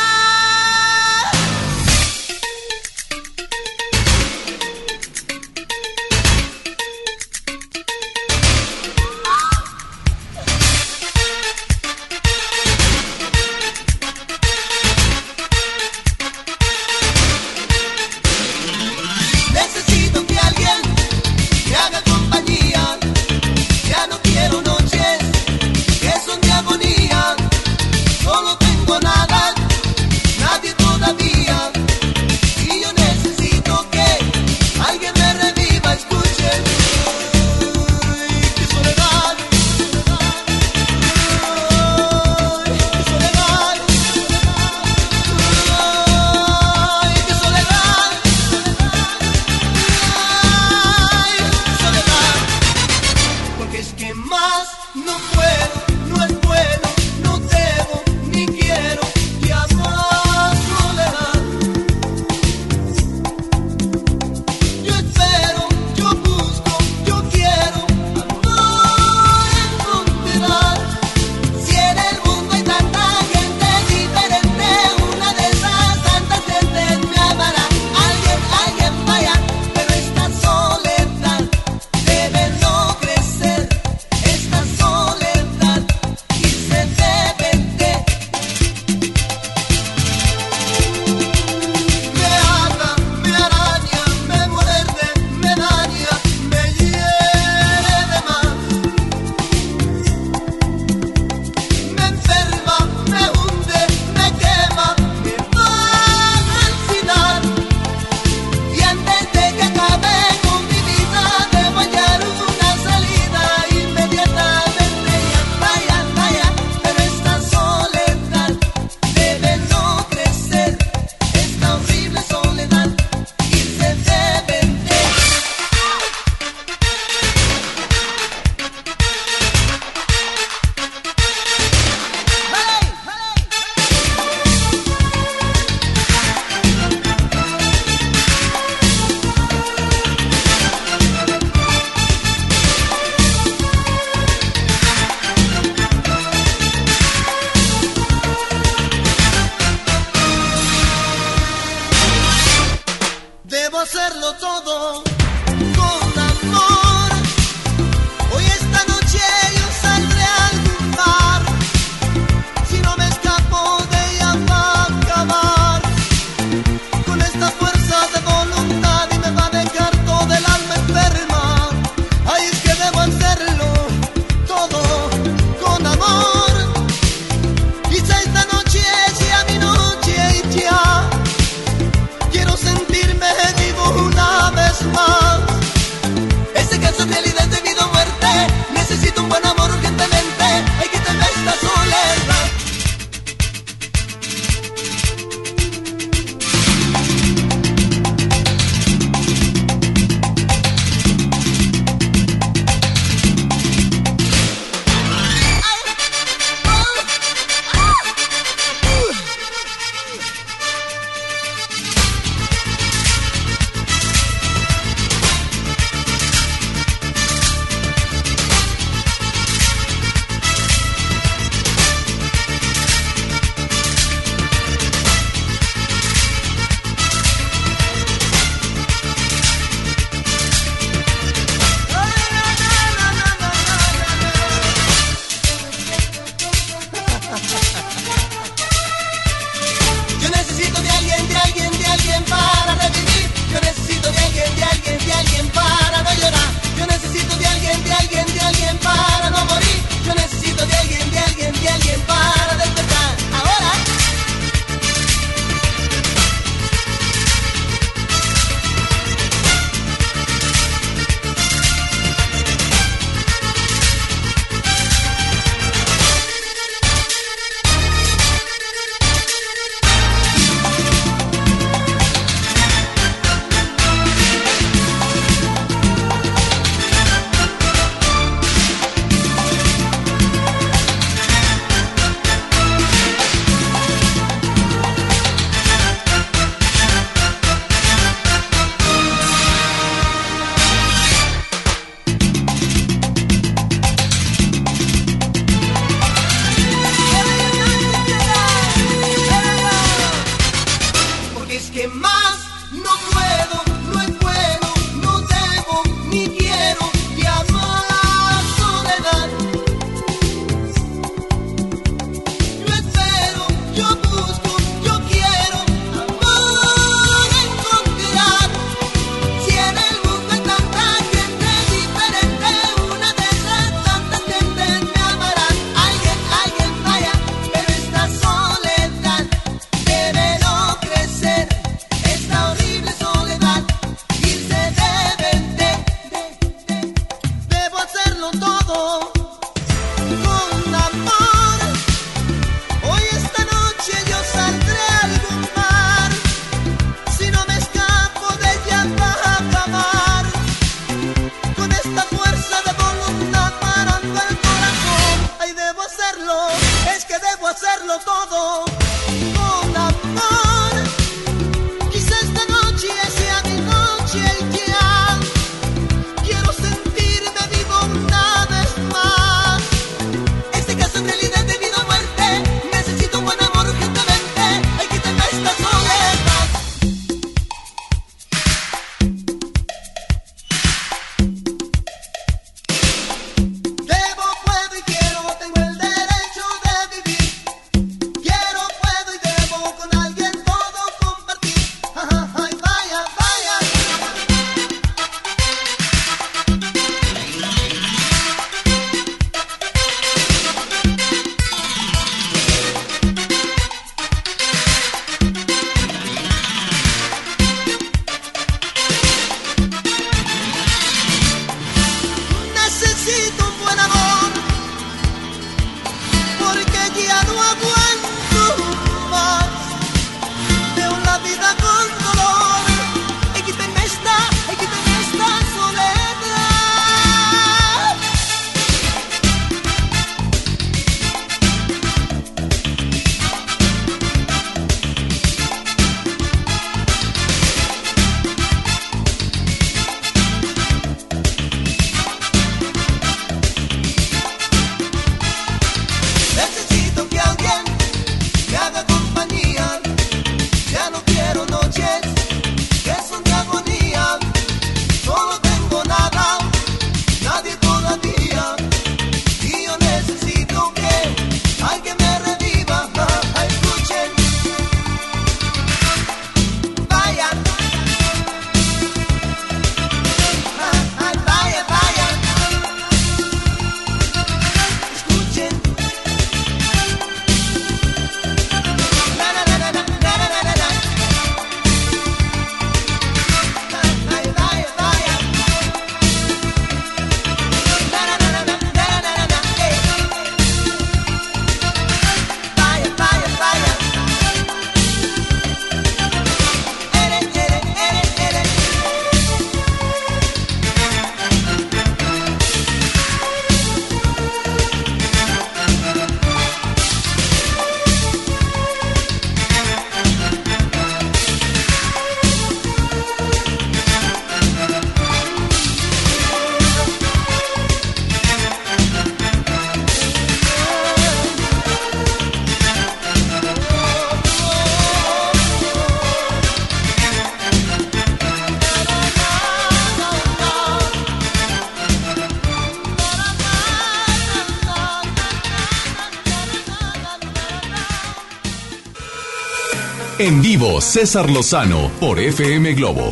En vivo, César Lozano por FM Globo.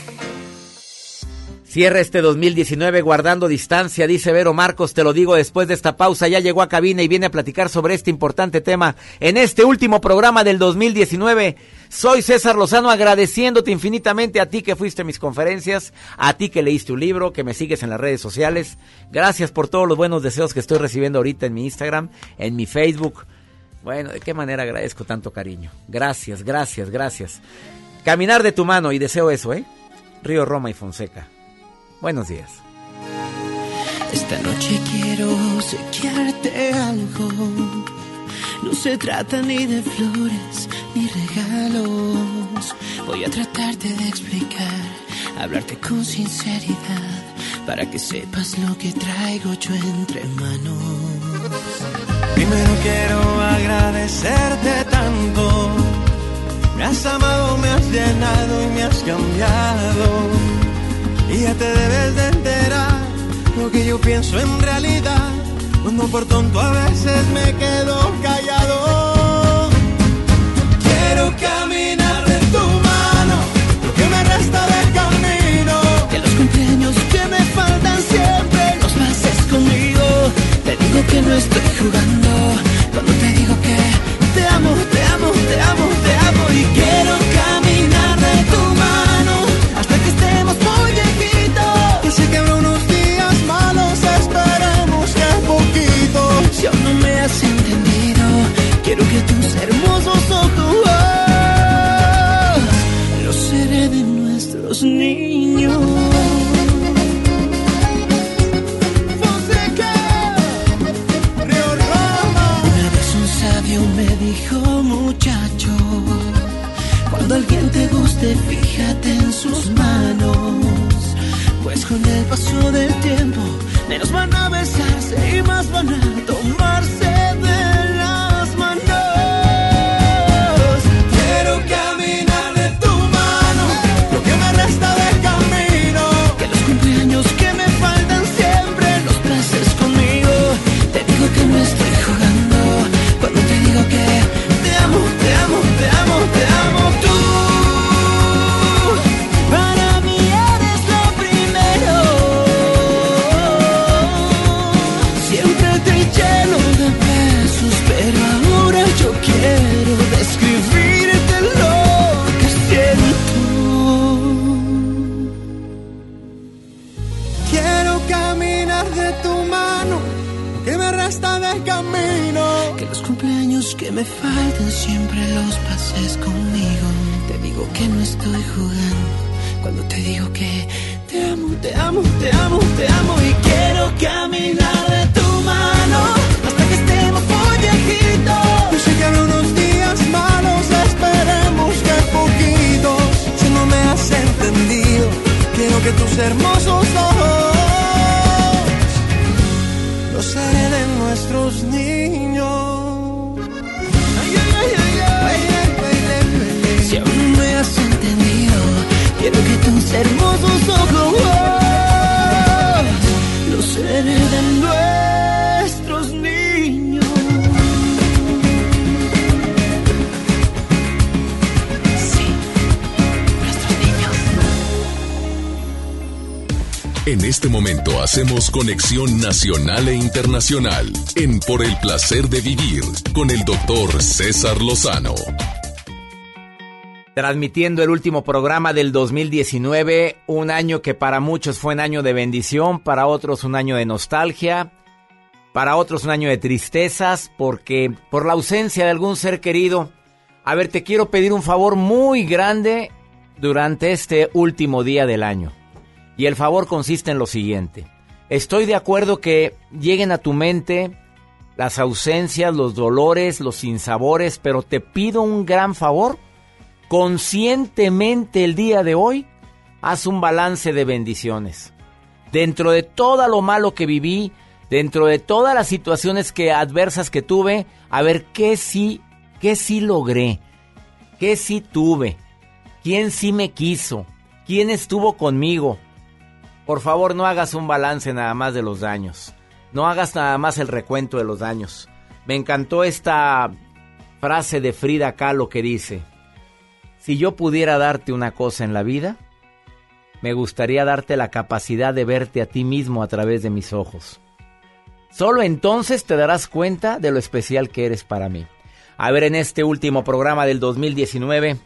Cierra este 2019 guardando distancia, dice Vero Marcos, te lo digo después de esta pausa, ya llegó a cabina y viene a platicar sobre este importante tema en este último programa del 2019. Soy César Lozano, agradeciéndote infinitamente a ti que fuiste a mis conferencias, a ti que leíste un libro, que me sigues en las redes sociales. Gracias por todos los buenos deseos que estoy recibiendo ahorita en mi Instagram, en mi Facebook. Bueno, ¿de qué manera agradezco tanto cariño? Gracias, gracias, gracias. Caminar de tu mano, y deseo eso, Río Roma y Fonseca. Buenos días. Esta noche quiero obsequiarte algo. No se trata ni de flores ni regalos. Voy a tratarte de explicar, hablarte con sinceridad, para que sepas lo que traigo yo entre manos. Primero quiero agradecerte tanto. Me has amado, me has llenado y me has cambiado. Y ya te debes de enterar lo que yo pienso en realidad, cuando por tonto a veces me quedo callado. Quiero caminar de tu mano, lo que me resta de camino. Que los cumpleaños que me faltan siempre los pases conmigo. Te digo que no estoy jugando cuando te digo que te amo, te amo, te amo, te amo. Y quiero caminar de tu mano hasta que estemos muy viejitos. Que sé que habrá unos días malos, esperemos que poquito. Si aún no me has entendido, quiero que tus hermosos ojos los seré de nuestros niños. Me dijo, muchacho, cuando alguien te guste, fíjate en sus manos, pues con el paso del tiempo menos van a besarse y más van a tomarse de las manos. Quiero caminar de tu mano, lo que me resta de camino. Que los cumpleaños que me faltan siempre los pases conmigo. Te digo que no estoy jugando cuando te digo que te amo, te amo, te amo, te amo. Tú, para mí eres lo primero. Siempre te lleno de besos, pero ahora yo quiero describirte lo que siento. Quiero caminar de tu mano, lo que me resta de camino. Que los cumpleaños que me faltan siempre los pases conmigo. Te digo que no estoy jugando cuando te digo que te amo, te amo, te amo, te amo. Y quiero caminar de tu mano hasta que estemos muy viejitos. Yo sé que habrá unos días malos, esperemos que poquitos. Si no me has entendido, quiero que tus hermosos ojos los seré de nuestros niños. Si aún no me has entendido, quiero que tus hermosos ojos los seré de nuestros niños. Sí, nuestros niños. En este momento hacemos conexión nacional e internacional en Por el Placer de Vivir con el doctor César Lozano. Transmitiendo el último programa del 2019, un año que para muchos fue un año de bendición, para otros un año de nostalgia, para otros un año de tristezas, porque por la ausencia de algún ser querido. A ver, te quiero pedir un favor muy grande durante este último día del año. Y el favor consiste en lo siguiente. Estoy de acuerdo que lleguen a tu mente las ausencias, los dolores, los sinsabores, pero te pido un gran favor. Conscientemente el día de hoy, haz un balance de bendiciones. Dentro de todo lo malo que viví, dentro de todas las situaciones adversas que tuve, a ver qué sí logré, qué sí tuve, quién sí me quiso, quién estuvo conmigo. Por favor, no hagas un balance nada más de los daños. No hagas nada más el recuento de los daños. Me encantó esta frase de Frida Kahlo que dice: Si yo pudiera darte una cosa en la vida, me gustaría darte la capacidad de verte a ti mismo a través de mis ojos. Solo entonces te darás cuenta de lo especial que eres para mí. A ver, en este último programa del 2019,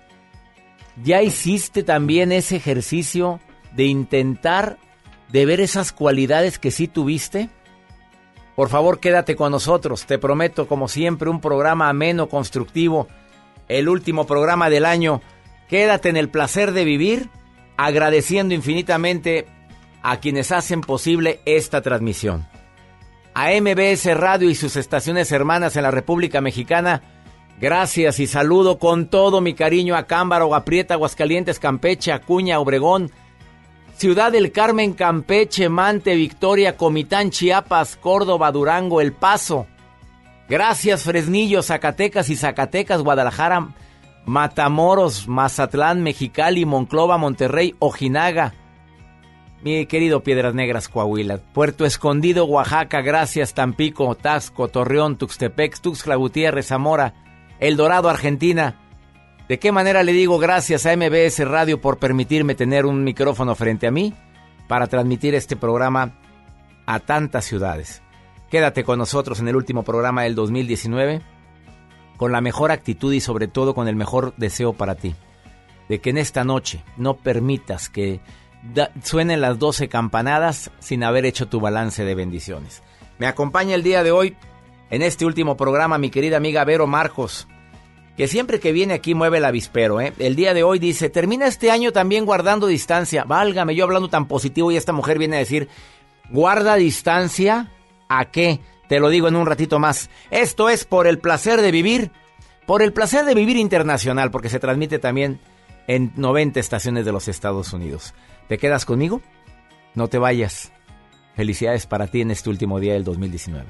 ¿ya hiciste también ese ejercicio de intentar de ver esas cualidades que sí tuviste? Por favor, quédate con nosotros. Te prometo, como siempre, un programa ameno, constructivo. El último programa del año. Quédate en el placer de vivir, agradeciendo infinitamente a quienes hacen posible esta transmisión. A MBS Radio y sus estaciones hermanas en la República Mexicana, gracias y saludo con todo mi cariño a Cámbaro, Aprieta, Aguascalientes, Campeche, Acuña, Obregón, Ciudad del Carmen, Campeche, Mante, Victoria, Comitán, Chiapas, Córdoba, Durango, El Paso. Gracias, Fresnillo, Zacatecas y Zacatecas, Guadalajara, Matamoros, Mazatlán, Mexicali, Monclova, Monterrey, Ojinaga. Mi querido Piedras Negras, Coahuila, Puerto Escondido, Oaxaca, gracias, Tampico, Taxco, Torreón, Tuxtepec, Tuxtla Gutiérrez, Zamora, El Dorado, Argentina. ¿De qué manera le digo gracias a MBS Radio por permitirme tener un micrófono frente a mí para transmitir este programa a tantas ciudades? Quédate con nosotros en el último programa del 2019 con la mejor actitud y sobre todo con el mejor deseo para ti, de que en esta noche no permitas que suenen las 12 campanadas sin haber hecho tu balance de bendiciones. Me acompaña el día de hoy en este último programa mi querida amiga Vero Marcos, que siempre que viene aquí mueve el avispero, ¿eh? El día de hoy dice, termina este año también guardando distancia. Válgame, yo hablando tan positivo y esta mujer viene a decir, ¿guarda distancia? ¿A qué? Te lo digo en un ratito más. Esto es Por el Placer de Vivir, Por el Placer de Vivir Internacional, porque se transmite también en 90 estaciones de los Estados Unidos. ¿Te quedas conmigo? No te vayas. Felicidades para ti en este último día del 2019.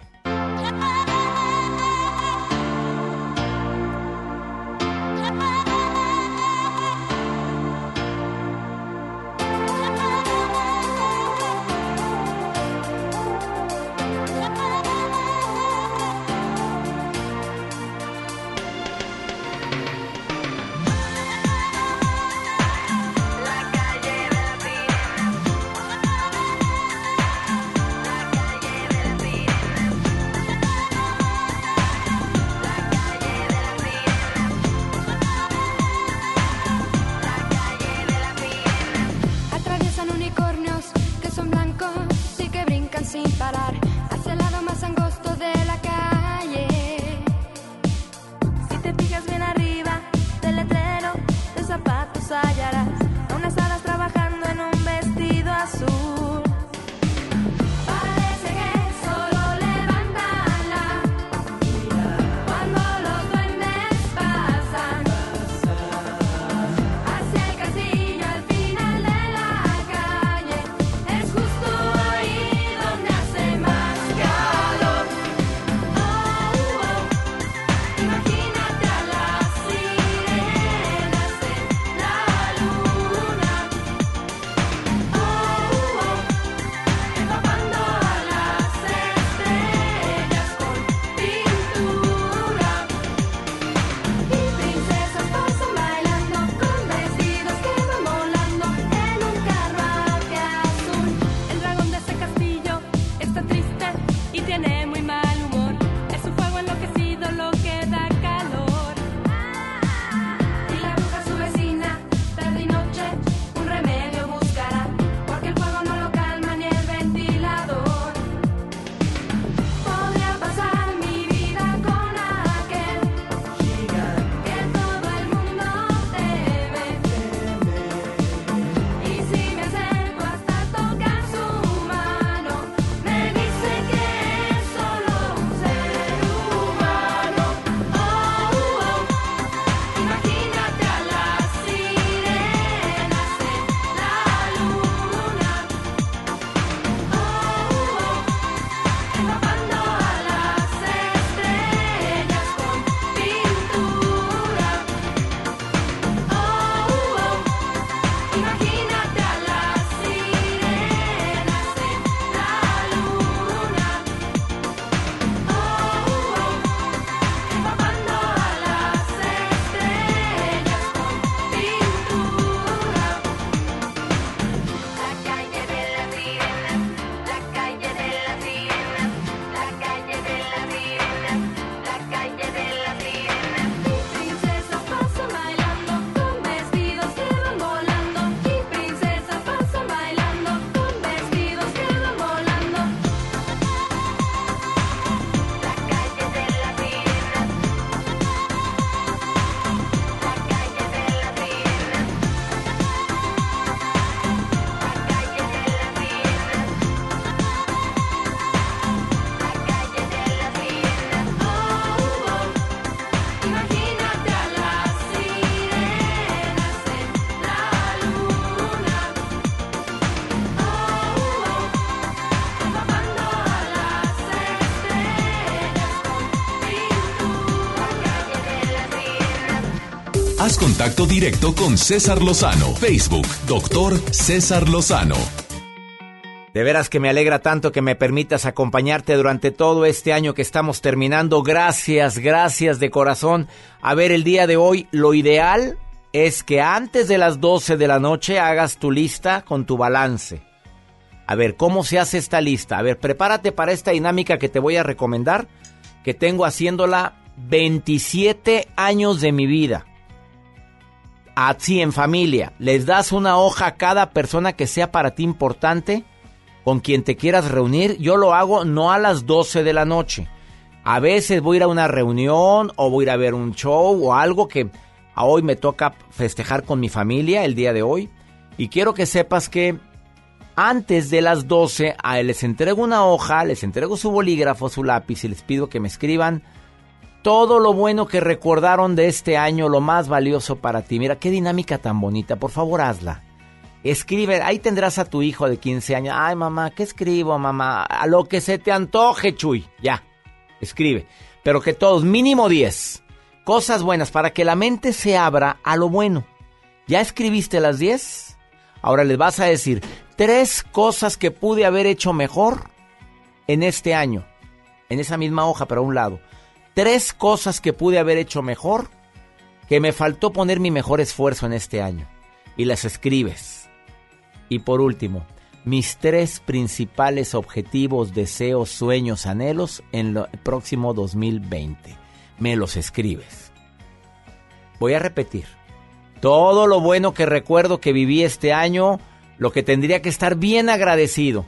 Haz contacto directo con César Lozano. Facebook, Dr. César Lozano. De veras que me alegra tanto que me permitas acompañarte durante todo este año que estamos terminando. Gracias de corazón. A ver, el día de hoy, lo ideal es que antes de las 12 de la noche hagas tu lista con tu balance. A ver, ¿cómo se hace esta lista? A ver, prepárate para esta dinámica que te voy a recomendar, que tengo haciéndola 27 años de mi vida. Así, en familia, les das una hoja a cada persona que sea para ti importante, con quien te quieras reunir. Yo lo hago no a las 12 de la noche. A veces voy a ir a una reunión o voy a ir a ver un show o algo que a hoy me toca festejar con mi familia el día de hoy. Y quiero que sepas que antes de las 12 les entrego una hoja, les entrego su bolígrafo, su lápiz y les pido que me escriban todo lo bueno que recordaron de este año, lo más valioso para ti. Mira, qué dinámica tan bonita. Por favor, hazla. Escribe, ahí tendrás a tu hijo de 15 años. Ay, mamá, ¿qué escribo, mamá? A lo que se te antoje, Chuy. Ya, escribe. Pero que todos, mínimo 10. Cosas buenas, para que la mente se abra a lo bueno. ¿Ya escribiste las 10? Ahora les vas a decir 3 cosas que pude haber hecho mejor en este año. En esa misma hoja, pero a un lado. 3 cosas que pude haber hecho mejor, que me faltó poner mi mejor esfuerzo en este año. Y las escribes. Y por último, mis 3 principales objetivos, deseos, sueños, anhelos en el próximo 2020. Me los escribes. Voy a repetir. Todo lo bueno que recuerdo que viví este año, lo que tendría que estar bien agradecido.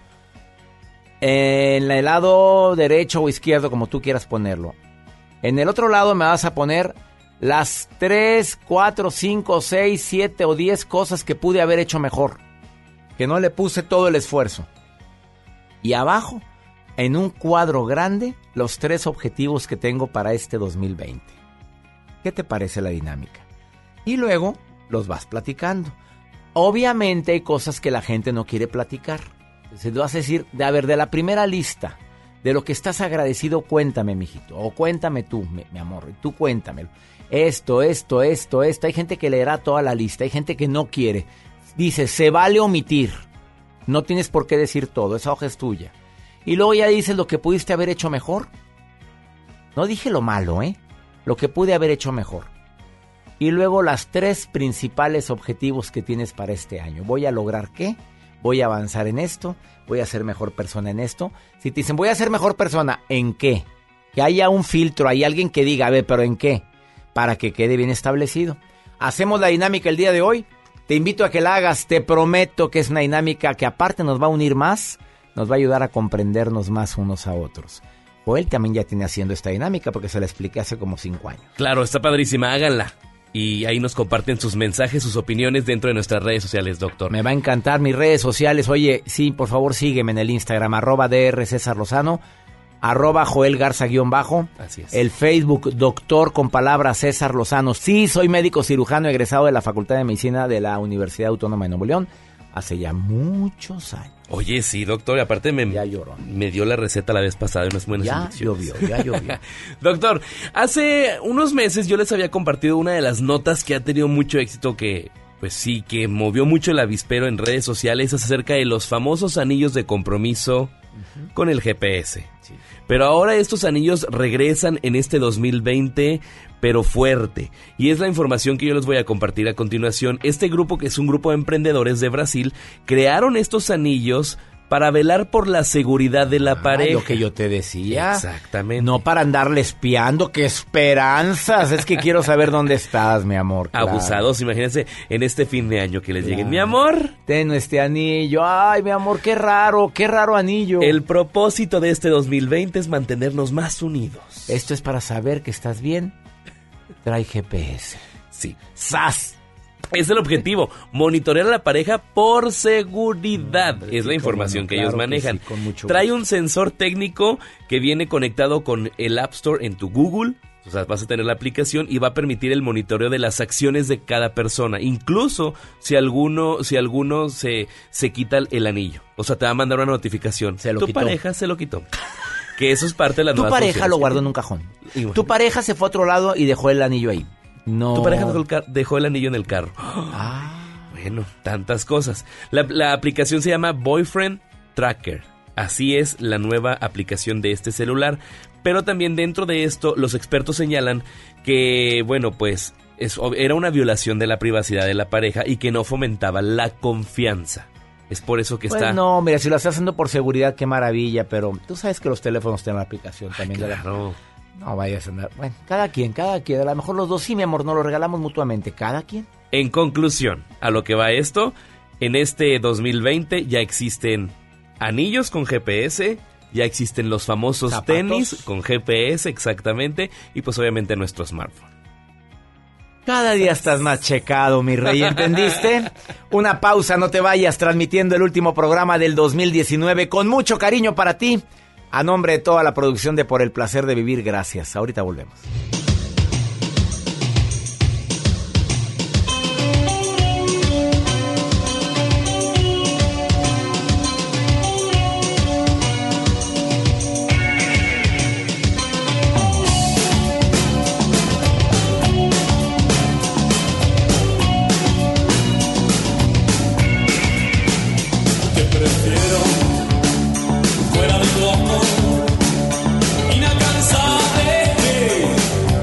En el lado derecho o izquierdo, como tú quieras ponerlo. En el otro lado me vas a poner las 3, 4, 5, 6, 7 o 10 cosas que pude haber hecho mejor. Que no le puse todo el esfuerzo. Y abajo, en un cuadro grande, los 3 objetivos que tengo para este 2020. ¿Qué te parece la dinámica? Y luego los vas platicando. Obviamente hay cosas que la gente no quiere platicar. Entonces vas a decir, a ver, de la primera lista, de lo que estás agradecido, cuéntame, mijito. O cuéntame tú, mi amor, tú cuéntamelo. Esto. Hay gente que leerá toda la lista, hay gente que no quiere. Dice, se vale omitir. No tienes por qué decir todo, esa hoja es tuya. Y luego ya dices lo que pudiste haber hecho mejor. No dije lo malo, lo que pude haber hecho mejor. Y luego las 3 principales objetivos que tienes para este año. ¿Voy a lograr qué? ¿Voy a avanzar en esto? ¿Voy a ser mejor persona en esto? Si te dicen, voy a ser mejor persona, ¿en qué? Que haya un filtro, hay alguien que diga, a ver, ¿pero en qué? Para que quede bien establecido. Hacemos la dinámica el día de hoy. Te invito a que la hagas. Te prometo que es una dinámica que aparte nos va a unir más, nos va a ayudar a comprendernos más unos a otros. Joel también ya tiene haciendo esta dinámica porque se la expliqué hace como 5 años. Claro, está padrísima, háganla. Y ahí nos comparten sus mensajes, sus opiniones dentro de nuestras redes sociales, doctor. Me va a encantar mis redes sociales. Oye, sí, por favor sígueme en el Instagram, @Dr. César Lozano, @Joel Garza _. Así es. El Facebook, doctor con palabra César Lozano. Sí, soy médico cirujano egresado de la Facultad de Medicina de la Universidad Autónoma de Nuevo León hace ya muchos años. Oye, sí, doctor, y aparte me dio la receta la vez pasada de unas buenas inyecciones. Ya llovió. Doctor, hace unos meses yo les había compartido una de las notas que ha tenido mucho éxito, que pues sí, que movió mucho el avispero en redes sociales, acerca de los famosos anillos de compromiso con el GPS. Sí. Pero ahora estos anillos regresan en este 2020, pero fuerte. Y es la información que yo les voy a compartir a continuación. Este grupo, que es un grupo de emprendedores de Brasil, crearon estos anillos para velar por la seguridad de la pareja. Lo que yo te decía. Exactamente. No para andarle espiando. ¡Qué esperanzas! Es que quiero saber dónde estás, mi amor. Claro. Abusados, imagínense en este fin de año que les lleguen. Mi amor, ten este anillo. Ay, mi amor, qué raro anillo. El propósito de este 2020 es mantenernos más unidos. Esto es para saber que estás bien. Trae GPS. Sí. ¡Sas! Es el objetivo, monitorear a la pareja por seguridad. Es la información que ellos manejan. Que sí, trae un sensor técnico que viene conectado con el App Store en tu Google. O sea, vas a tener la aplicación y va a permitir el monitoreo de las acciones de cada persona. Incluso si alguno se quita el anillo. O sea, te va a mandar una notificación. Tu pareja se lo quitó. Que eso es parte de la nueva Tu pareja lo guardó en un cajón. Tu pareja se fue a otro lado y dejó el anillo ahí. No. Tu pareja dejó el anillo en el carro. Bueno, tantas cosas. La aplicación se llama Boyfriend Tracker. Así es la nueva aplicación de este celular. Pero también dentro de esto, los expertos señalan que, bueno, pues era una violación de la privacidad de la pareja y que no fomentaba la confianza. Es por eso que Pues está... no, mira, si lo estás haciendo por seguridad, qué maravilla, pero tú sabes que los teléfonos tienen la aplicación también. Claro. No vayas a andar... Bueno, cada quien. A lo mejor los dos sí, mi amor, nos lo regalamos mutuamente. Cada quien. En conclusión, a lo que va esto, en este 2020 ya existen anillos con GPS, ya existen los famosos ¿Zapatos? tenis con GPS, exactamente, y pues obviamente nuestro smartphone. Cada día estás más checado, mi rey, ¿entendiste? Una pausa, no te vayas, transmitiendo el último programa del 2019 con mucho cariño para ti. A nombre de toda la producción de Por el Placer de Vivir, gracias. Ahorita volvemos. Fuera de tu amor, inalcanzable.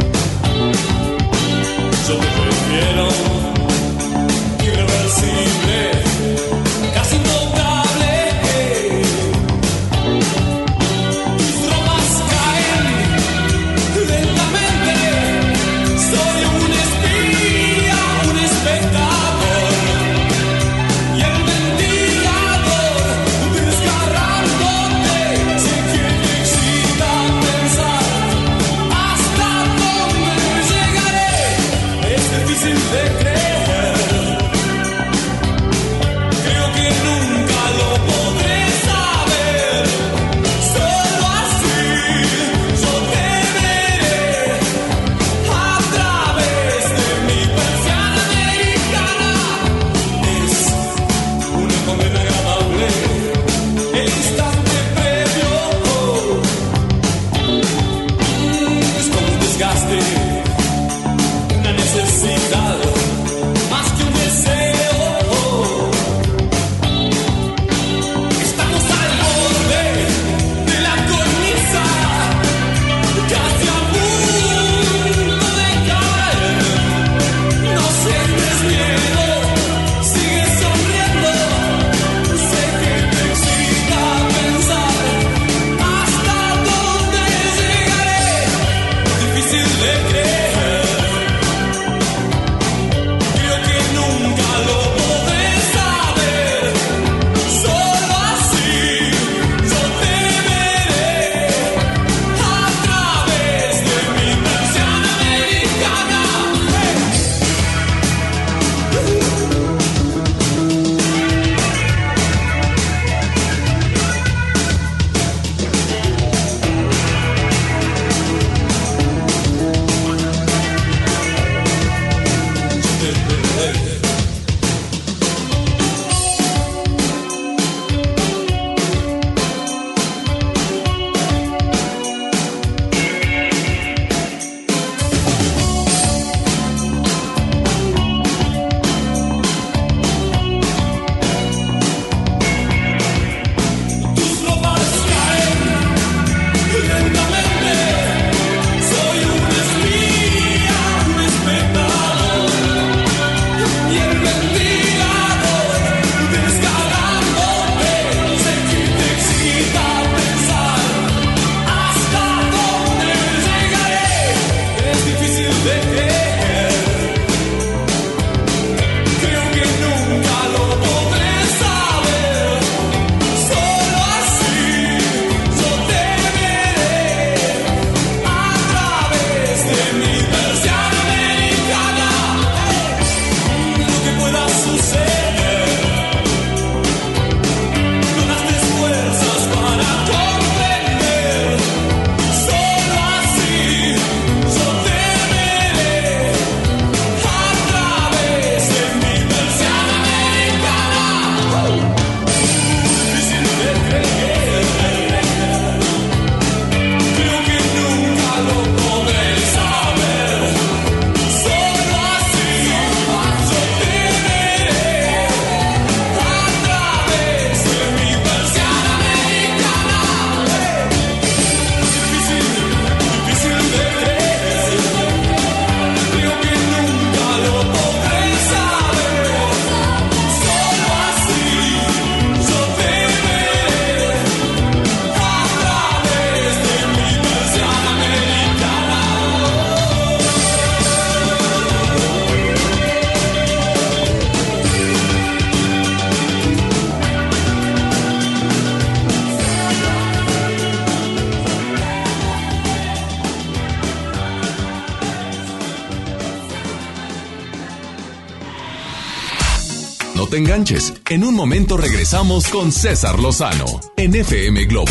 No te enganches. En un momento regresamos con César Lozano en FM Globo.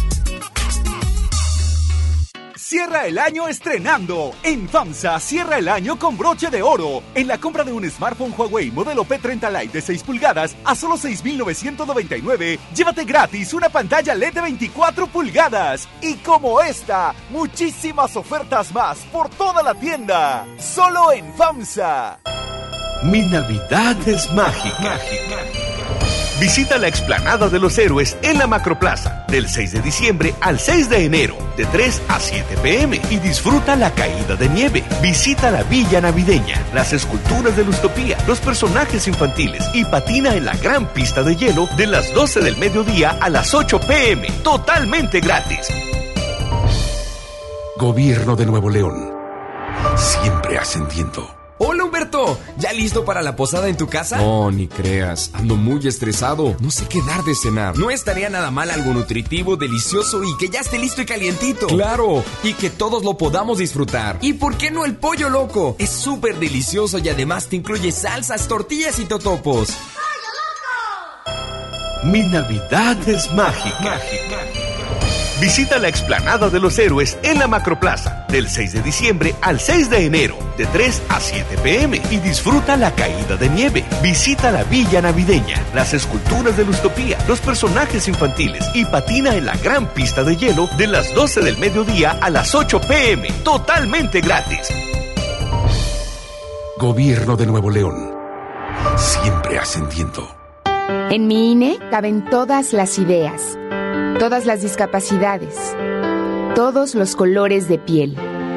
Cierra el año estrenando. En FAMSA cierra el año con broche de oro. En la compra de un smartphone Huawei modelo P30 Lite de 6 pulgadas a solo $6,999, llévate gratis una pantalla LED de 24 pulgadas. Y como esta, muchísimas ofertas más por toda la tienda. Solo en FAMSA. Mi Navidad es mágica. Visita la explanada de los héroes en la Macroplaza del 6 de diciembre al 6 de enero, de 3 a 7 p.m. y disfruta la caída de nieve. Visita la Villa Navideña, las esculturas de Lustopía, los personajes infantiles y patina en la gran pista de hielo de las 12 del mediodía a las 8 p.m. Totalmente gratis. Gobierno de Nuevo León. Siempre ascendiendo. Hola Humberto, ¿ya listo para la posada en tu casa? No, ni creas, ando muy estresado, no sé qué dar de cenar. No estaría nada mal algo nutritivo, delicioso y que ya esté listo y calientito. Claro, y que todos lo podamos disfrutar. ¿Y por qué no el pollo loco? Es súper delicioso y además te incluye salsas, tortillas y totopos. ¡Pollo loco! Mi Navidad es mágica. Visita la explanada de los héroes en la Macroplaza del 6 de diciembre al 6 de enero, de 3 a 7 p.m. y disfruta la caída de nieve. Visita la Villa Navideña, las esculturas de Lustopía, los personajes infantiles y patina en la gran pista de hielo de las 12 del mediodía a las 8 p.m. Totalmente gratis. Gobierno de Nuevo León. Siempre ascendiendo. En mi INE caben todas las ideas, todas las discapacidades, todos los colores de piel.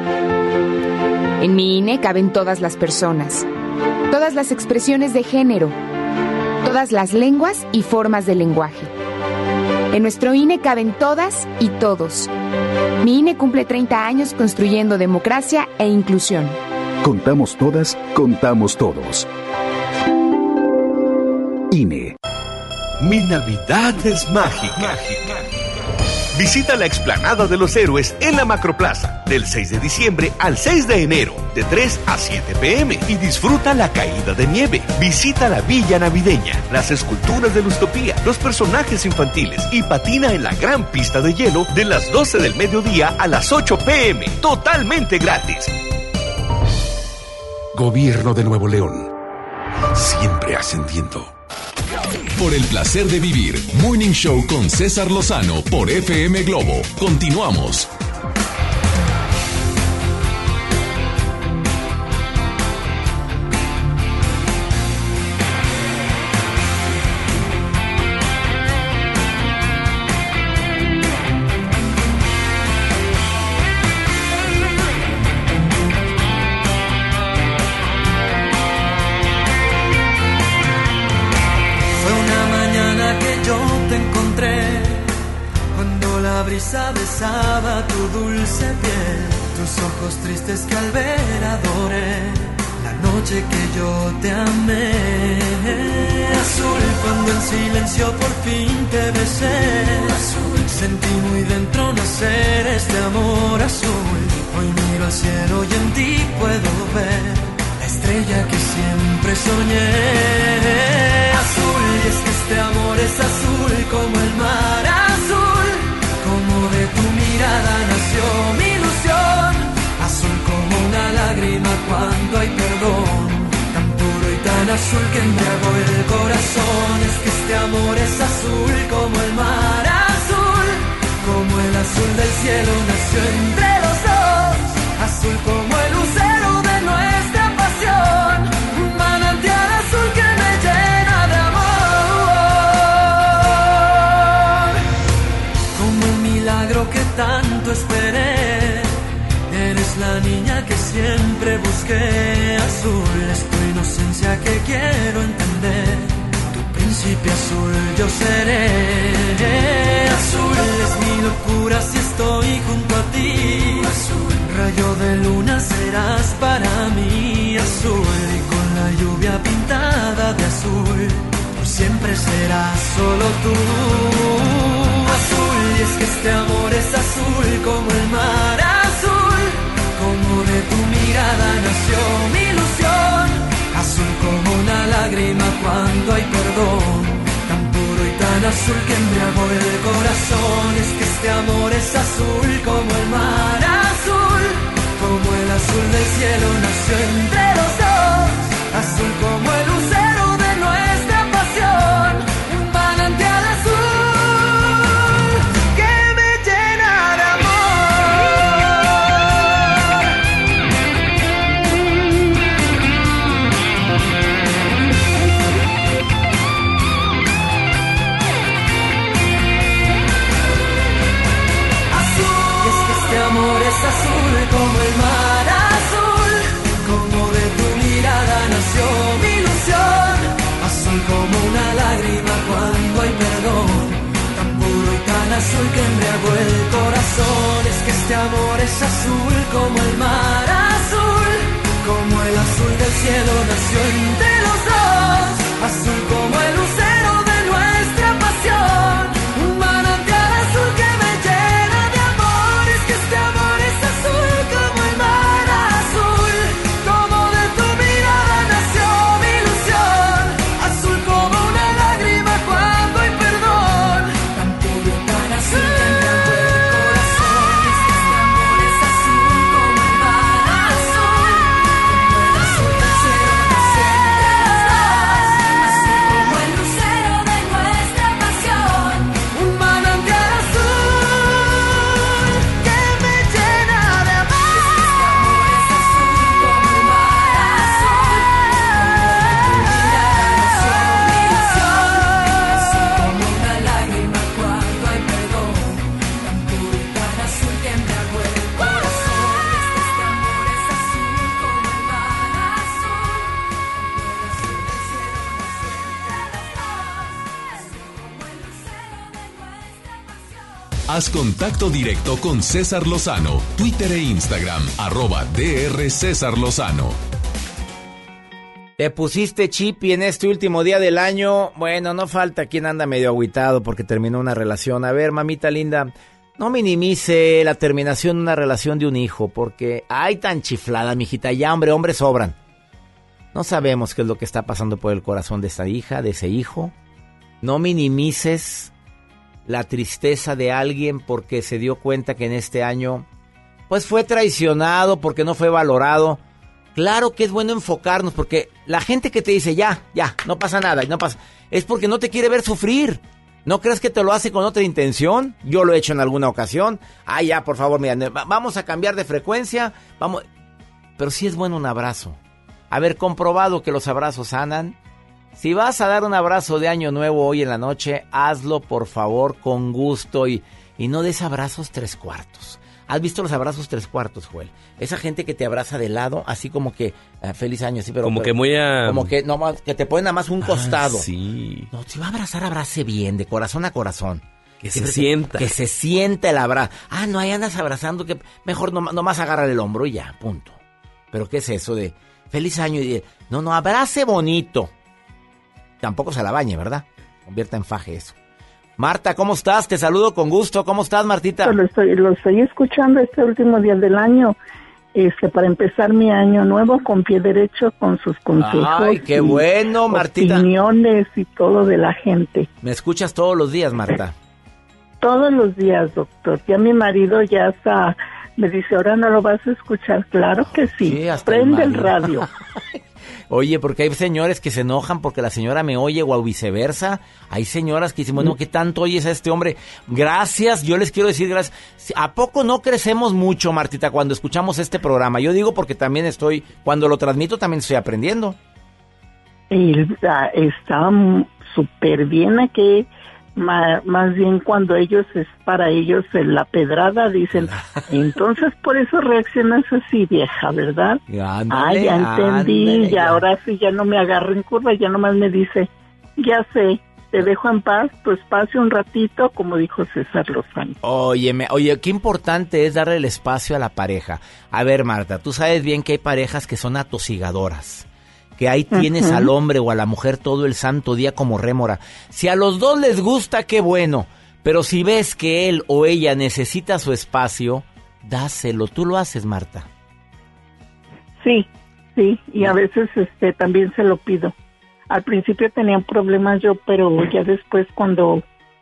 En mi INE caben todas las personas, todas las expresiones de género, todas las lenguas y formas de lenguaje. En nuestro INE caben todas y todos. Mi INE cumple 30 años construyendo democracia e inclusión. Contamos todas, contamos todos. INE. Mi Navidad es mágica. Visita la explanada de los héroes en la Macroplaza del 6 de diciembre al 6 de enero, de 3 a 7 p.m. y disfruta la caída de nieve. Visita la Villa Navideña, las esculturas de Lustopía, los personajes infantiles y patina en la gran pista de hielo de las 12 del mediodía a las 8 p.m. Totalmente gratis. Gobierno de Nuevo León. Siempre ascendiendo. Por el placer de vivir, Morning Show con César Lozano por FM Globo. Continuamos. Besaba tu dulce piel, tus ojos tristes que al ver adoré, la noche que yo te amé. Azul, cuando en silencio por fin te besé, azul, sentí muy dentro nacer este amor azul. Hoy miro al cielo y en ti puedo ver la estrella que siempre soñé. Azul, y es que este amor es azul como el mar azul, como de tu mirada nació mi ilusión, azul como una lágrima cuando hay perdón, tan puro y tan azul que embriagó el corazón. Es que este amor es azul como el mar azul, como el azul del cielo nació entre los dos, azul como el lucero de nuestra pasión, un manantial azul que me llena de amor, como el milagro que tanto esperé. Eres la niña que siempre busqué, azul es tu inocencia que quiero entender, tu príncipe azul yo seré. Azul es mi locura si estoy junto a ti, azul rayo de luna serás para mí, azul y con la lluvia pintada de azul, por siempre serás solo tú. Azul, y es que este amor es azul como el mar azul, como de tu mirada nació mi ilusión, azul como una lágrima cuando hay un azul que embriagó el corazón. Es que este amor es azul como el mar azul, como el azul del cielo nació entre los dos, azul como el lucero de nuestra pasión, un manantial azul que me llena de azul como el mar azul, como de tu mirada nació mi ilusión, azul como una lágrima cuando hay perdón, tan puro y tan azul que embriagó el corazón. Es que este amor es azul como el mar azul, como el azul del cielo nació entre los dos, azul como el lucero de nuestra pasión, un manantial azul que me llena de amor. Es que este amor es azul como el mar azul, como de tu mirada nació mi ilusión, azul como una lágrima cuando hay perdón, tan puro y tan azul que embriagó el corazón. Es que este amor es azul como el mar azul, como el azul del cielo nació entre los dos, azul como el lucero de nuestra pasión, un manantial azul que me llena de amor. Es que este amor es azul como el mar azul, como de tu mirada nació mi ilusión, azul como una lágrima cuando hay perdón, tan puro y tan azul que embriagó el corazón. Es que este amor es azul como el mar azul, como el azul del cielo nació entre los dos, azul como el lucero de nuestra pasión. Haz contacto directo con César Lozano, Twitter e Instagram, @DR César Lozano. Te pusiste chipi en este último día del año. Bueno, no falta quien anda medio agüitado porque terminó una relación. A ver, mamita linda, no minimice la terminación de una relación de un hijo, porque ay, tan chiflada, mijita, ya hombres sobran. No sabemos qué es lo que está pasando por el corazón de esta hija, de ese hijo. No minimices la tristeza de alguien porque se dio cuenta que en este año pues fue traicionado, porque no fue valorado. Claro que es bueno enfocarnos, porque la gente que te dice ya, no pasa nada, no pasa, es porque no te quiere ver sufrir. ¿No crees que te lo hace con otra intención? Yo lo he hecho en alguna ocasión. Ay, ya, por favor, mira, vamos a cambiar de frecuencia, vamos. Pero sí es bueno un abrazo. Haber comprobado que los abrazos sanan. Si vas a dar un abrazo de año nuevo hoy en la noche, hazlo por favor con gusto y no des abrazos 3/4. ¿Has visto los abrazos 3/4, Joel? Esa gente que te abraza de lado, así como que feliz año, sí, pero como que muy a... como que no más, que te ponen nada más un costado. Sí. No, si va a abrazar, abrace bien, de corazón a corazón. Que se sienta. Que se sienta el abrazo. Ah, no, ahí andas abrazando, que mejor nomás agarra el hombro y ya, punto. Pero ¿qué es eso de feliz año? Y no, abrace bonito. Tampoco se la bañe, ¿verdad? Convierta en faje eso. Marta, ¿cómo estás? Te saludo con gusto. ¿Cómo estás, Martita? Lo estoy escuchando este último día del año. Para empezar mi año nuevo con pie derecho, con sus consejos. Ay, qué bueno, Martita. Opiniones y todo de la gente. ¿Me escuchas todos los días, Marta? Todos los días, doctor. Ya mi marido ya está, me dice, ahora no lo vas a escuchar. Claro que sí. Prende el radio. Oye, porque hay señores que se enojan porque la señora me oye o viceversa. Hay señoras que dicen, bueno, ¿qué tanto oyes a este hombre? Gracias, yo les quiero decir gracias. ¿A poco no crecemos mucho, Martita, cuando escuchamos este programa? Yo digo porque también cuando lo transmito también estoy aprendiendo. Está súper bien aquí. Más bien cuando para ellos la pedrada, dicen, entonces por eso reaccionas así, vieja, ¿verdad? Ándale, ya entendí, ándale, ya ahora sí ya no me agarro en curva, ya nomás me dice, ya sé, te dejo en paz, tu espacio un ratito, como dijo César Lozano. Oye, qué importante es darle el espacio a la pareja. A ver, Marta, tú sabes bien que hay parejas que son atosigadoras, que ahí tienes al hombre o a la mujer todo el santo día como rémora. Si a los dos les gusta, qué bueno, pero si ves que él o ella necesita su espacio, dáselo. ¿Tú lo haces, Marta? Sí, y a veces también se lo pido. Al principio tenían problemas yo, pero ya después cuando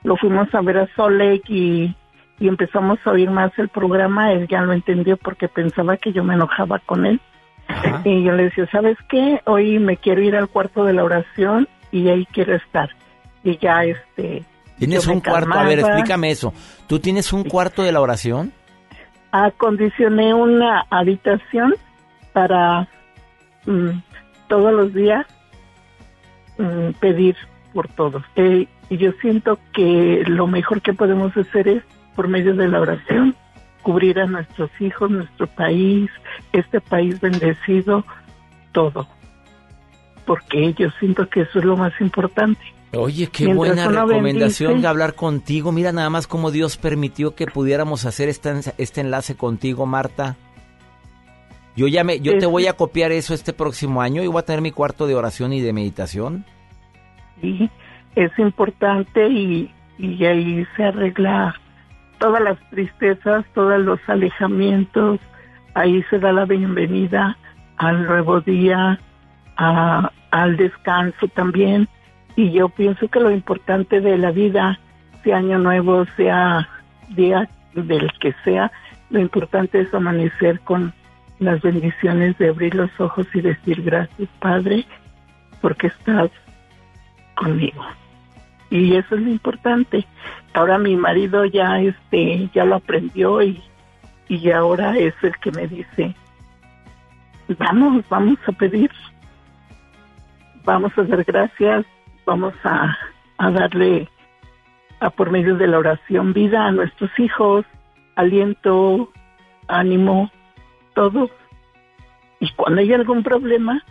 lo fuimos a ver a Salt Lake y empezamos a oír más el programa. Él ya lo entendió porque pensaba que yo me enojaba con él. Ajá. Y yo le decía, ¿sabes qué? Hoy me quiero ir al cuarto de la oración y ahí quiero estar. Y ya ¿Tienes un cuarto? A ver, explícame eso. ¿Tú tienes un cuarto de la oración? Acondicioné una habitación para todos los días pedir por todos. Y yo siento que lo mejor que podemos hacer es, por medio de la oración, cubrir a nuestros hijos, nuestro país, este país bendecido, todo. Porque yo siento que eso es lo más importante. Oye, qué buena recomendación de hablar contigo. Mira nada más cómo Dios permitió que pudiéramos hacer este enlace contigo, Marta. Yo te voy a copiar eso este próximo año y voy a tener mi cuarto de oración y de meditación. Sí, es importante y ahí se arregla todas las tristezas, todos los alejamientos. Ahí se da la bienvenida al nuevo día, al descanso también. Y yo pienso que lo importante de la vida, sea año nuevo, sea día del que sea, lo importante es amanecer con las bendiciones de abrir los ojos y decir gracias, Padre, porque estás conmigo. Y eso es lo importante. Ahora mi marido ya lo aprendió y ahora es el que me dice, vamos a pedir, vamos a dar gracias, vamos a darle por medio de la oración vida a nuestros hijos, aliento, ánimo, todo. Y cuando hay algún problema,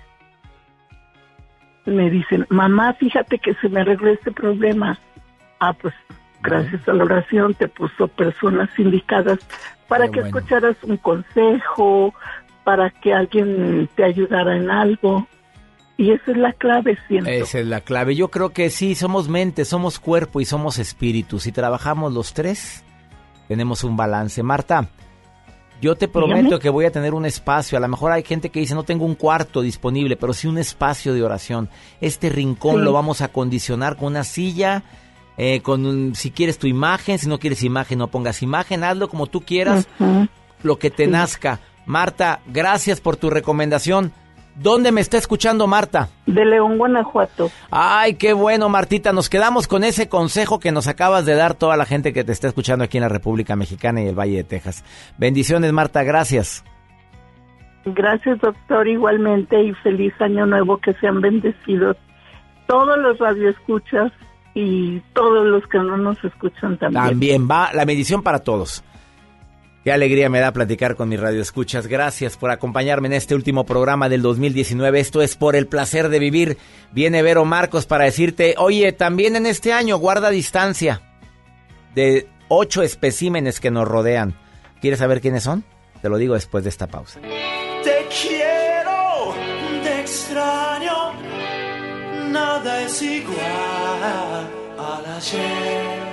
me dicen, mamá, fíjate que se me arregló este problema. Pues gracias a la oración te puso personas indicadas para que escucharas un consejo, para que alguien te ayudara en algo. Y esa es la clave, siento. Esa es la clave. Yo creo que sí, somos mente, somos cuerpo y somos espíritu. Si trabajamos los tres, tenemos un balance. Marta, yo te prometo que voy a tener un espacio. A lo mejor hay gente que dice, no tengo un cuarto disponible, pero sí un espacio de oración. Este rincón lo vamos a acondicionar con una silla, si quieres tu imagen, si no quieres imagen, no pongas imagen, hazlo como tú quieras, lo que te nazca. Marta, gracias por tu recomendación. ¿Dónde me está escuchando Marta? De León, Guanajuato. Ay, qué bueno, Martita. Nos quedamos con ese consejo que nos acabas de dar toda la gente que te está escuchando aquí en la República Mexicana y el Valle de Texas. Bendiciones, Marta. Gracias. Gracias, doctor. Igualmente, y feliz año nuevo. Que sean bendecidos todos los radioescuchas y todos los que no nos escuchan también. También va la bendición para todos. Qué alegría me da platicar con mis radioescuchas. Gracias por acompañarme en este último programa del 2019. Esto es Por el Placer de Vivir. Viene Vero Marcos para decirte, oye, también en este año guarda distancia de 8 especímenes que nos rodean. ¿Quieres saber quiénes son? Te lo digo después de esta pausa. Te quiero, te extraño, nada es igual al ayer.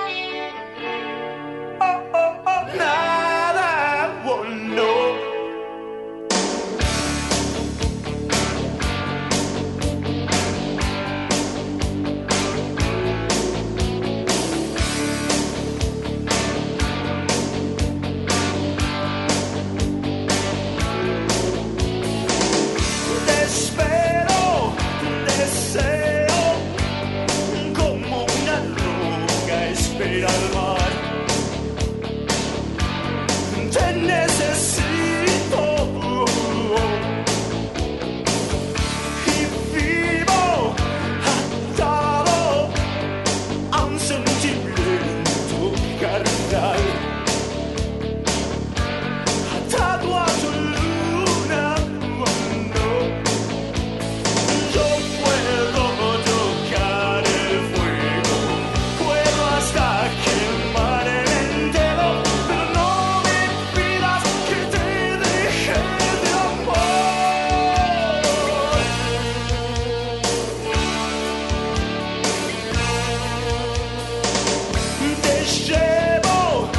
Nada, oh no. Te espero, deseo, como una roca espera al mar. Te necesito y vivo atado a un sentimiento carnal, atado a tu luna. No, yo puedo tocar el fuego, puedo hasta quemar el dedo, pero no me pidas que te deje de amar. Te llevo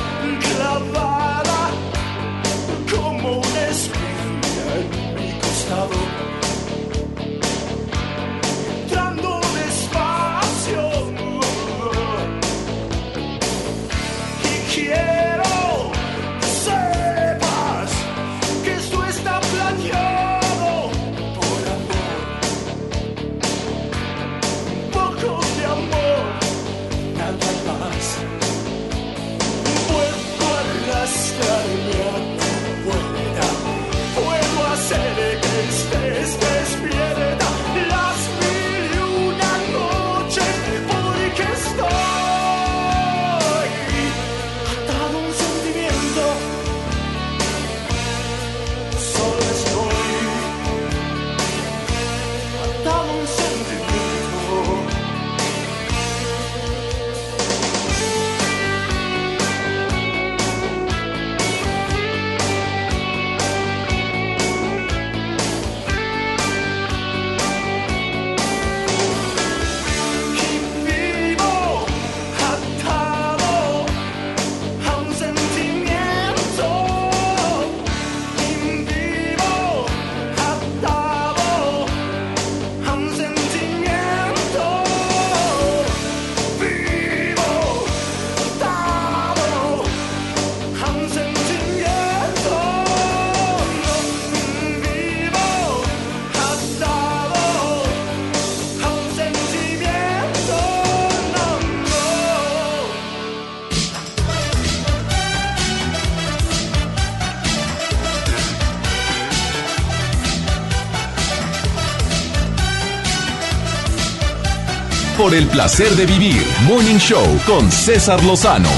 por el placer de vivir. Morning Show con César Lozano.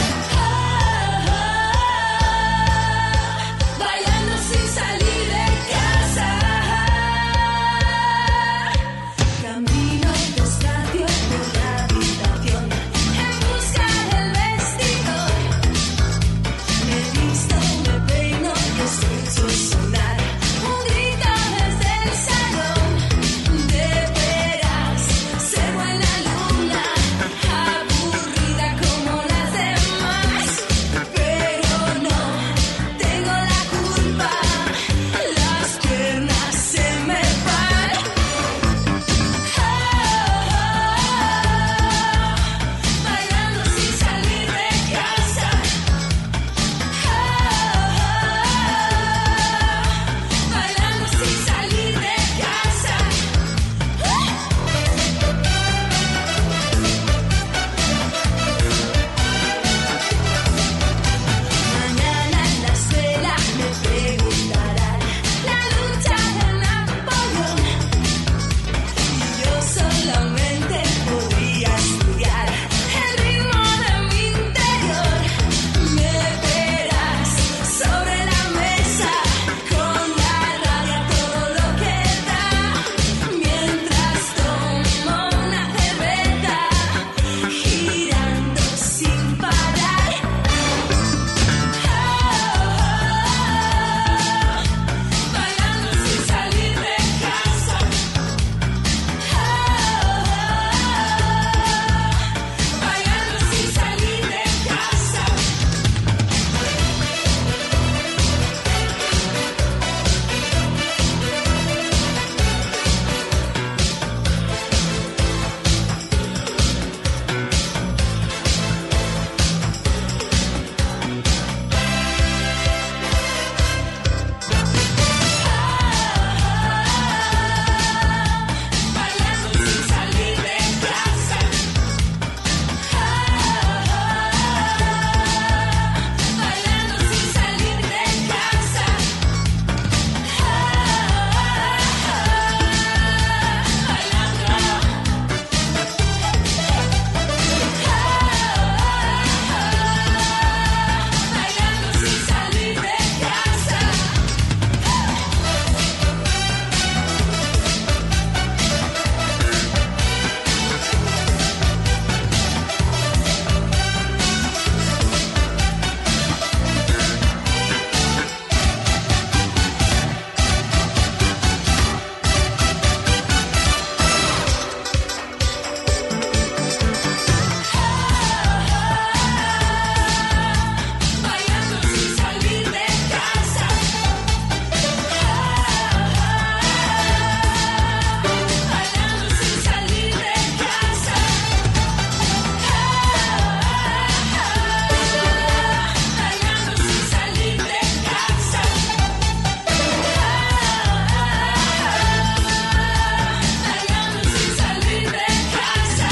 Bailando sin salir de casa. Camino despacio por la habitación en busca del vestido. Me visto, me peino y escucho sonar un grito desde el salón. De veras, ser buena alumna, aburrida como las demás. Pero no tengo la culpa, las piernas se me van. Bailando sin salir de casa. Bailando sin salir de casa. Mañana en la escuela me preguntarán la lucha de Napoleón. Y yo solamente podría estudiar el ritmo de mi interior. Me verás sobre la mesa con la rabia todo lo que da. Mientras tomo una cerveza, girando sin parar. Bailando sin salir de casa. Bailando sin salir de casa. Bailando sin salir de casa. Bailando sin salir de casa. Bailando sin salir de casa. Bailando sin salir de casa. Bailando sin salir de casa. Bailando sin salir de casa. Bailando sin salir de casa.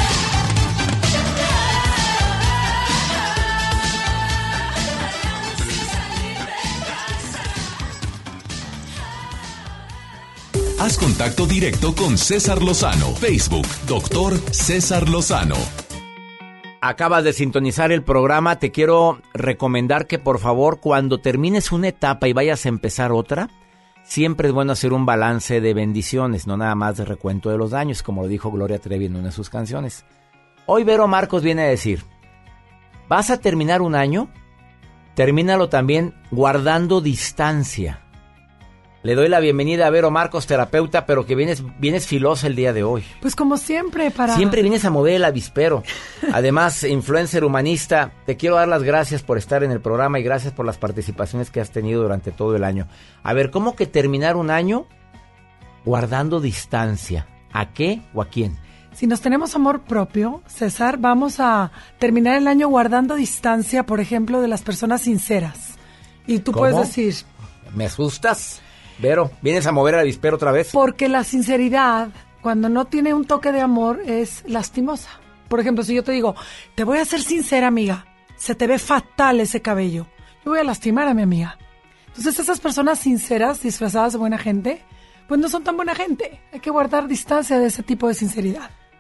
Haz contacto directo con César Lozano. Facebook, Dr. César Lozano. Acabas de sintonizar el programa. Te quiero recomendar que por favor, cuando termines una etapa y vayas a empezar otra, siempre es bueno hacer un balance de bendiciones, no nada más de recuento de los daños, como lo dijo Gloria Trevi en una de sus canciones. Hoy Vero Marcos viene a decir, ¿vas a terminar un año? Termínalo también guardando distancia. Le doy la bienvenida a Vero Marcos, terapeuta, pero que vienes filosa el día de hoy. Pues como siempre, Siempre vienes a mover el avispero. Además, influencer humanista, te quiero dar las gracias por estar en el programa y gracias por las participaciones que has tenido durante todo el año. A ver, ¿cómo que terminar un año guardando distancia? ¿A qué o a quién? Si nos tenemos amor propio, César, vamos a terminar el año guardando distancia, por ejemplo, de las personas sinceras. Y tú ¿Cómo? puedes decir... ¿Me asustas? Vero, ¿vienes a mover el avispero otra vez? Porque la sinceridad, cuando no tiene un toque de amor, es lastimosa. Por ejemplo, si yo te digo, te voy a ser sincera, amiga, se te ve fatal ese cabello, yo voy a lastimar a mi amiga. Entonces esas personas sinceras, disfrazadas de buena gente, pues no son tan buena gente. Hay que guardar distancia de ese tipo de sinceridad.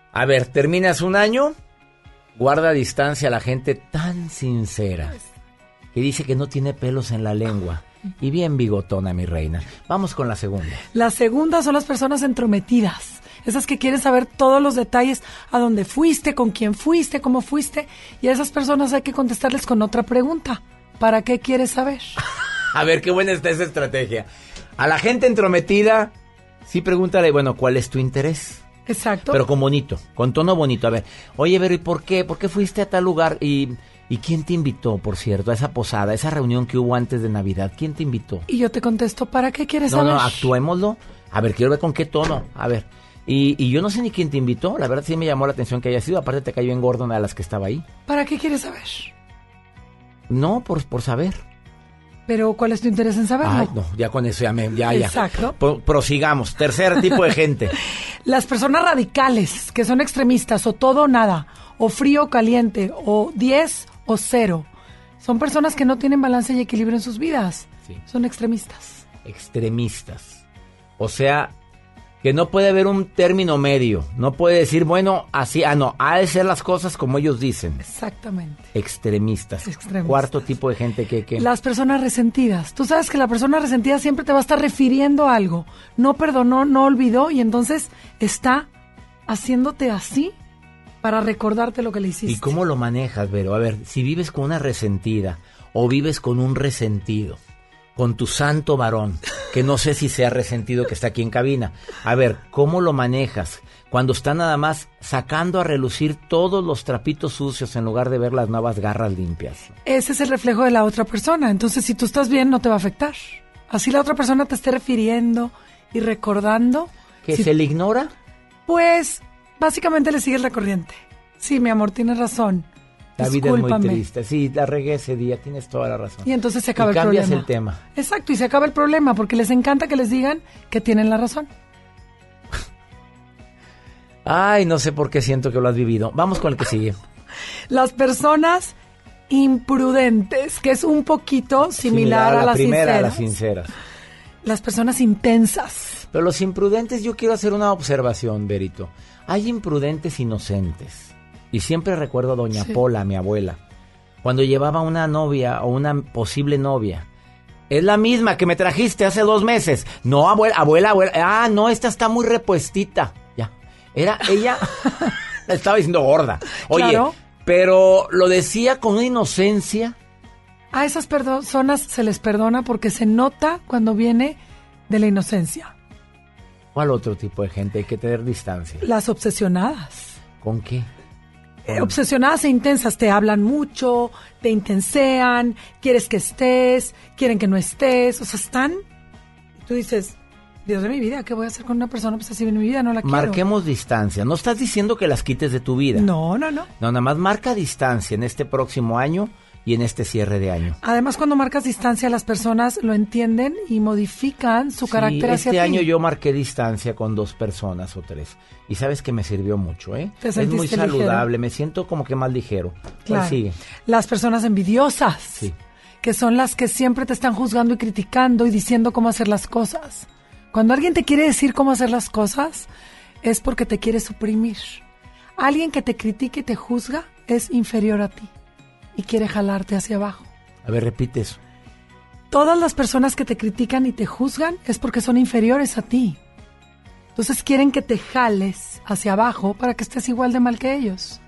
A ver, terminas un año, guarda distancia a la gente tan sincera que dice que no tiene pelos en la lengua. Y bien bigotona, mi reina. Vamos con la segunda. La segunda son las personas entrometidas. Esas que quieren saber todos los detalles, a dónde fuiste, con quién fuiste, cómo fuiste. Y a esas personas hay que contestarles con otra pregunta. ¿Para qué quieres saber? A ver, qué buena está esa estrategia. A la gente entrometida, sí pregúntale, bueno, ¿cuál es tu interés? Exacto. Pero con bonito, con tono bonito. A ver, oye, Vero, ¿y por qué? ¿Por qué fuiste a tal lugar? ¿Y quién te invitó, por cierto, a esa posada, a esa reunión que hubo antes de Navidad? ¿Quién te invitó? Y yo te contesto, ¿para qué quieres saber? No, actuémoslo. A ver, quiero ver con qué tono. A ver, y yo no sé ni quién te invitó. La verdad sí me llamó la atención que haya sido. Aparte te cayó en gordo una de las que estaba ahí. ¿Para qué quieres saber? No, por saber. Pero, ¿cuál es tu interés en saberlo? Ay, no, ya con eso ya. Exacto. Prosigamos. Tercer tipo de gente. Las personas radicales, que son extremistas, o todo o nada, o frío o caliente, o 10 o 0. Son personas que no tienen balance y equilibrio en sus vidas. Sí. Son extremistas. Extremistas. O sea, que no puede haber un término medio. No puede decir, bueno, así, no, ha de ser las cosas como ellos dicen. Exactamente. Extremistas. Cuarto tipo de gente que... Las personas resentidas. Tú sabes que la persona resentida siempre te va a estar refiriendo a algo. No perdonó, no olvidó, y entonces está haciéndote así para recordarte lo que le hiciste. ¿Y cómo lo manejas, Vero? A ver, si vives con una resentida o vives con un resentido, con tu santo varón, que no sé si sea resentido que está aquí en cabina. A ver, ¿cómo lo manejas cuando está nada más sacando a relucir todos los trapitos sucios en lugar de ver las nuevas garras limpias? Ese es el reflejo de la otra persona. Entonces, si tú estás bien, no te va a afectar. Así la otra persona te esté refiriendo y recordando. ¿Que se le ignora? Pues, básicamente le sigues la corriente. Sí, mi amor, tienes razón. La vida es muy triste. Sí, la regué ese día, tienes toda la razón. Y entonces se acaba el problema. Cambias el tema. Exacto, y se acaba el problema porque les encanta que les digan que tienen la razón. Ay, no sé por qué siento que lo has vivido. Vamos con el que sigue. Las personas imprudentes, que es un poquito similar a las primera, sinceras. A las sinceras. Las personas intensas. Pero los imprudentes, yo quiero hacer una observación, Berito. Hay imprudentes inocentes. Y siempre recuerdo a doña Pola, mi abuela, cuando llevaba una novia o una posible novia. Es la misma que me trajiste hace 2 meses. No, abuela. Ah, no, esta está muy repuestita. Ya. Era ella, la estaba diciendo gorda. Oye, claro. Pero lo decía con una inocencia. A esas personas se les perdona porque se nota cuando viene de la inocencia. ¿Cuál otro tipo de gente? Hay que tener distancia. Las obsesionadas. ¿Con qué? Obsesionadas e intensas, te hablan mucho, te intensean, quieres que estés, quieren que no estés, o sea, están, tú dices, Dios de mi vida, ¿qué voy a hacer con una persona pues así en mi vida? No la quiero. Marquemos distancia, no estás diciendo que las quites de tu vida. No. No, nada más marca distancia en este próximo año y en este cierre de año. Además, cuando marcas distancia, las personas lo entienden y modifican su carácter hacia ti. Este año yo marqué distancia con 2 personas o 3. Y sabes que me sirvió mucho, ¿eh? Es muy saludable, ligero. Me siento como que más ligero. Claro. Sigue. Las personas envidiosas, sí, que son las que siempre te están juzgando y criticando y diciendo cómo hacer las cosas. Cuando alguien te quiere decir cómo hacer las cosas, es porque te quiere suprimir. Alguien que te critique y te juzga es inferior a ti y quiere jalarte hacia abajo. A ver, repite eso. Todas las personas que te critican y te juzgan es porque son inferiores a ti. Entonces quieren que te jales hacia abajo para que estés igual de mal que ellos.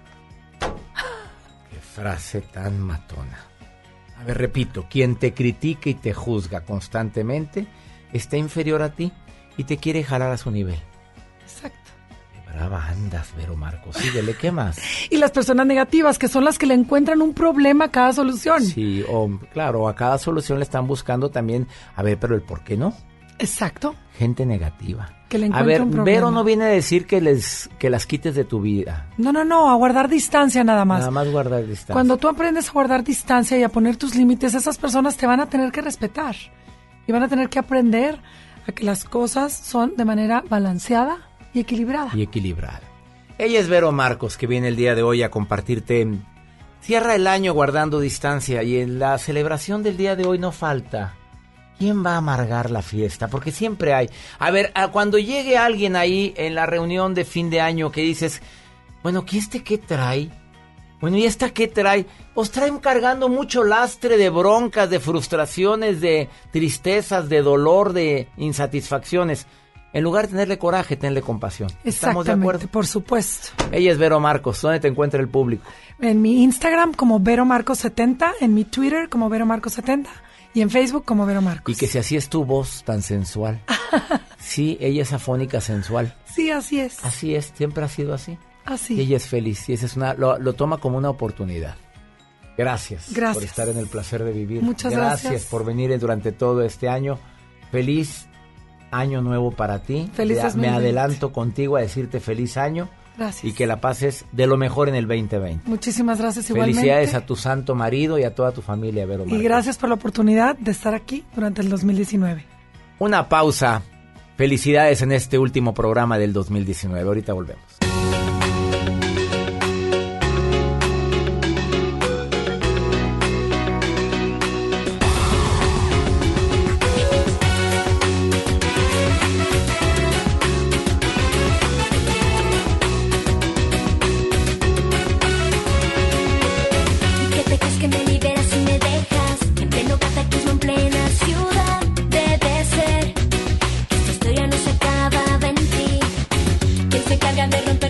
Qué frase tan matona. A ver, repito, quien te critica y te juzga constantemente está inferior a ti y te quiere jalar a su nivel. Exacto. Qué brava andas, Vero Marcos. Síguele, ¿qué más? Y las personas negativas, que son las que le encuentran un problema a cada solución. Sí, claro, a cada solución le están buscando también, a ver, pero el por qué no. Exacto. Gente negativa. Que le a ver, un problema. Vero no viene a decir que las quites de tu vida. No, a guardar distancia nada más. Nada más guardar distancia. Cuando tú aprendes a guardar distancia y a poner tus límites, esas personas te van a tener que respetar. Y van a tener que aprender a que las cosas son de manera balanceada y equilibrada. Ella es Vero Marcos, que viene el día de hoy a compartirte. Cierra el año guardando distancia y en la celebración del día de hoy no falta. ¿Quién va a amargar la fiesta? Porque siempre hay. A ver, cuando llegue alguien ahí en la reunión de fin de año que dices, bueno, ¿qué qué trae? Bueno, ¿y esta qué trae? Pues traen cargando mucho lastre de broncas, de frustraciones, de tristezas, de dolor, de insatisfacciones. En lugar de tenerle coraje, tenerle compasión. ¿Estamos de acuerdo? Por supuesto. Ella es Vero Marcos. ¿Dónde te encuentra el público? En mi Instagram como Vero Marcos 70, en mi Twitter como Vero Marcos 70 y en Facebook como Vero Marcos. Y que si así es tu voz tan sensual. Sí, ella es afónica sensual. Sí, así es. Así es, siempre ha sido así. Así. Y ella es feliz y esa es lo toma como una oportunidad. Gracias por estar en el placer de vivir. Muchas gracias. Gracias por venir durante todo este año. Feliz año nuevo para ti. Feliz 2020. Me adelanto contigo a decirte feliz año. Gracias. Y que la pases de lo mejor en el 2020. Muchísimas gracias igualmente. Felicidades a tu santo marido y a toda tu familia, Vero Marcos. Y gracias por la oportunidad de estar aquí durante el 2019. Una pausa. Felicidades en este último programa del 2019. Ahorita volvemos. Se cargan de romper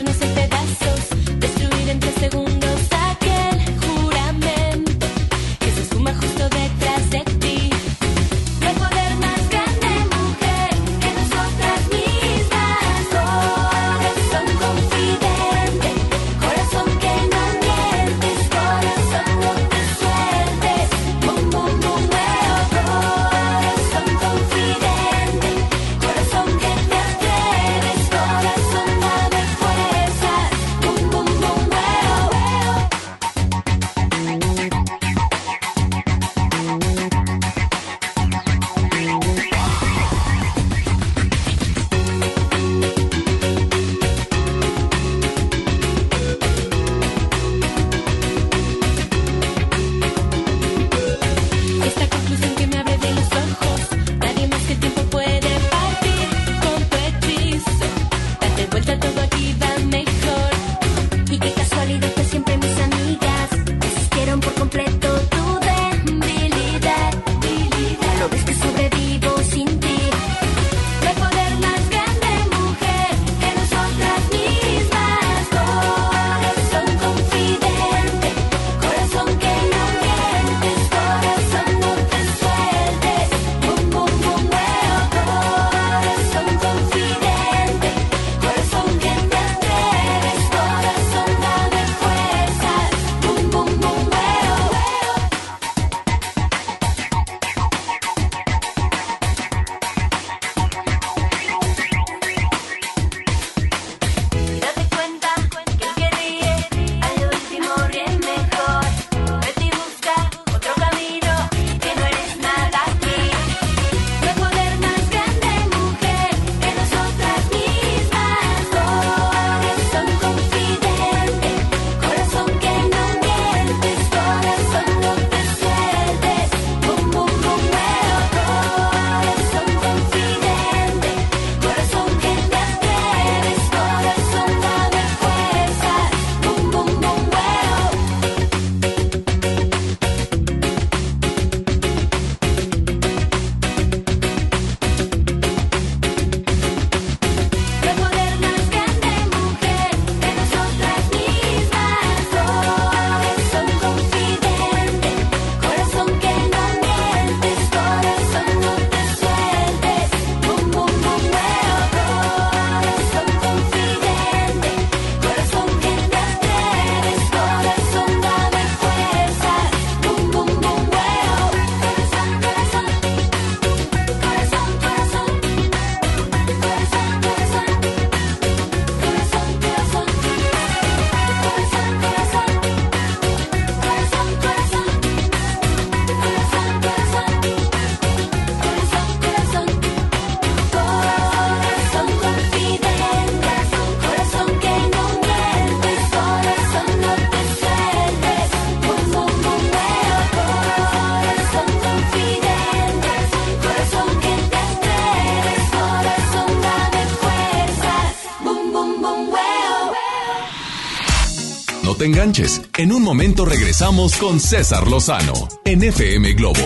te enganches. En un momento regresamos con César Lozano en FM Globo.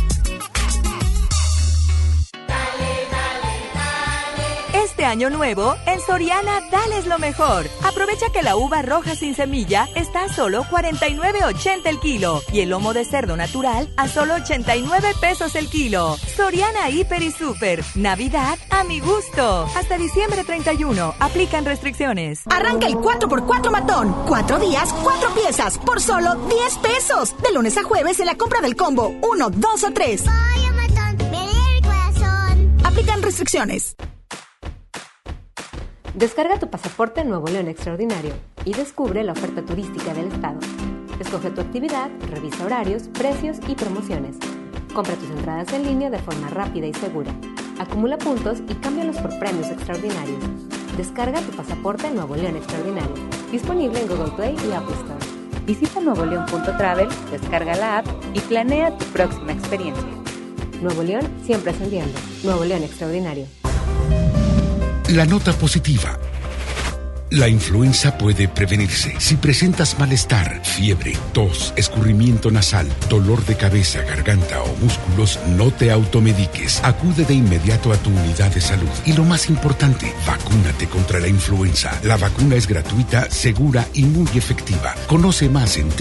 Este año nuevo, en Soriana, dales lo mejor. Aprovecha que la uva roja sin semilla está a solo $49.80 el kilo y el lomo de cerdo natural a solo 89 pesos el kilo. Soriana Hiper y Super. Navidad a mi gusto. Hasta diciembre 31. Aplican restricciones. Arranca el 4x4 matón. 4 días, 4 piezas, por solo 10 pesos. De lunes a jueves en la compra del combo 1, 2 o 3. Pollo matón, me lee el corazón. Aplican restricciones. Descarga tu pasaporte Nuevo León Extraordinario y descubre la oferta turística del estado. Escoge tu actividad, revisa horarios, precios y promociones. Compra tus entradas en línea de forma rápida y segura. Acumula puntos y cámbialos por premios extraordinarios. Descarga tu pasaporte Nuevo León Extraordinario. Disponible en Google Play y Apple Store. Visita nuevoleón.travel, descarga la app y planea tu próxima experiencia. Nuevo León siempre ascendiendo. Nuevo León Extraordinario. La nota positiva. La influenza puede prevenirse. Si presentas malestar, fiebre, tos, escurrimiento nasal, dolor de cabeza, garganta o músculos, no te automediques. Acude de inmediato a tu unidad de salud. Y lo más importante, vacúnate contra la influenza. La vacuna es gratuita, segura y muy efectiva. Conoce más en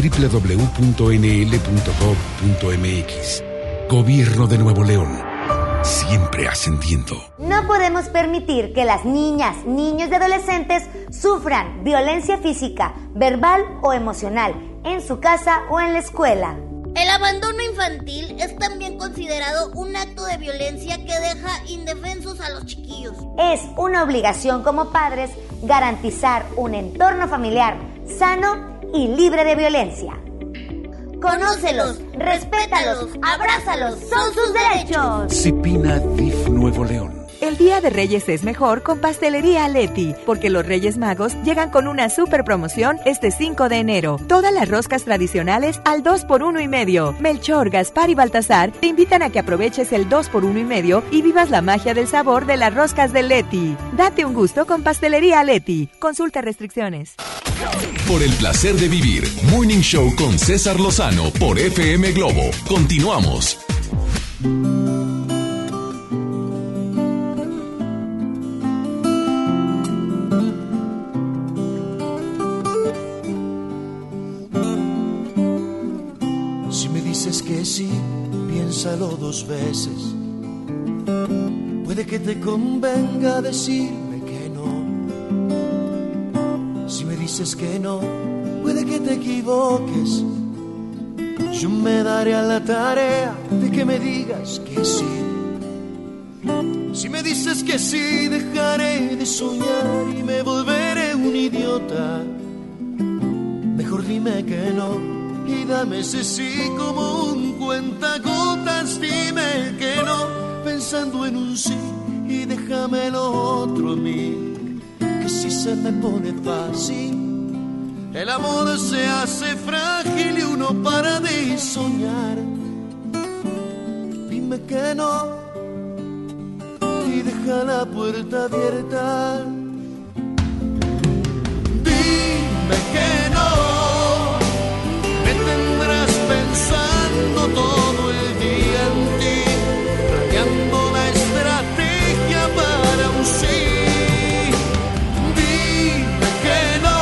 www.nl.gov.mx. Gobierno de Nuevo León. Siempre ascendiendo. No podemos permitir que las niñas, niños y adolescentes sufran violencia física, verbal o emocional en su casa o en la escuela. El abandono infantil es también considerado un acto de violencia que deja indefensos a los chiquillos. Es una obligación como padres garantizar un entorno familiar sano y libre de violencia. Conócelos, respétalos, abrázalos, son sus derechos. Cipina DIF Nuevo León. El Día de Reyes es mejor con Pastelería Leti, porque los Reyes Magos llegan con una super promoción este 5 de enero. Todas las roscas tradicionales al 2x1,5. Melchor, Gaspar y Baltasar te invitan a que aproveches el 2x1,5 y vivas la magia del sabor de las roscas de Leti. Date un gusto con Pastelería Leti. Consulta restricciones. Por el placer de vivir, Morning Show con César Lozano por FM Globo. Continuamos. Si me dices que sí, piénsalo 2 veces. Puede que te convenga decirme que no. Si me dices que no, puede que te equivoques. Yo me daré a la tarea de que me digas que sí. Si me dices que sí, dejaré de soñar y me volveré un idiota. Mejor dime que no y dame ese sí como un cuentagotas. Dime que no, pensando en un sí, y déjame lo otro a mí. Que si se me pone fácil, el amor se hace frágil y uno para de soñar. Dime que no y deja la puerta abierta. Dime que no, me tendrás pensando todo el día en ti, planeando la estrategia para un sí. Dime que no,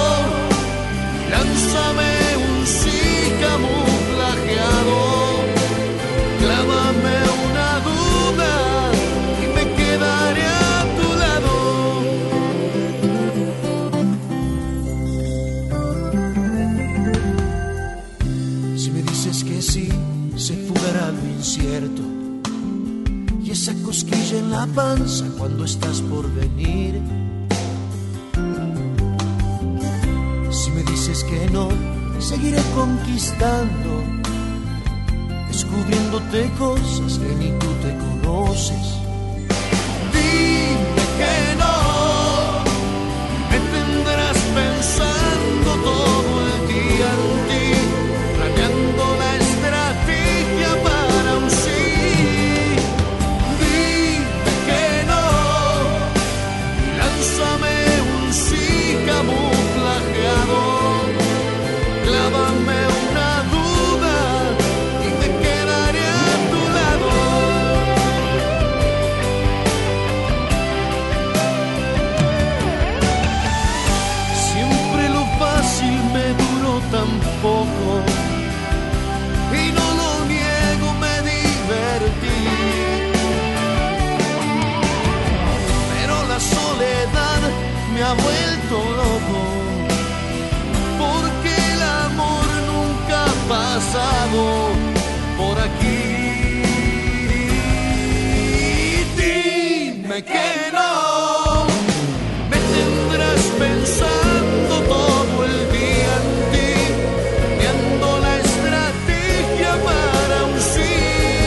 lánzame un sí camuflajeado, clávame una duda y me quedaré a tu lado. Si me dices que sí, se fugará lo incierto y esa cosquilla en la panza cuando estás por venir. Si me dices que no, seguiré conquistando, descubriéndote cosas que ni tú te conoces. Dime que no, me tendrás pensando todo el día en ti, planeando la estrategia para un sí. Dime que no, lánzame un sí camuflajeado, dime que no. Me tendrás pensando todo el día en ti, viendo la estrategia para un sí.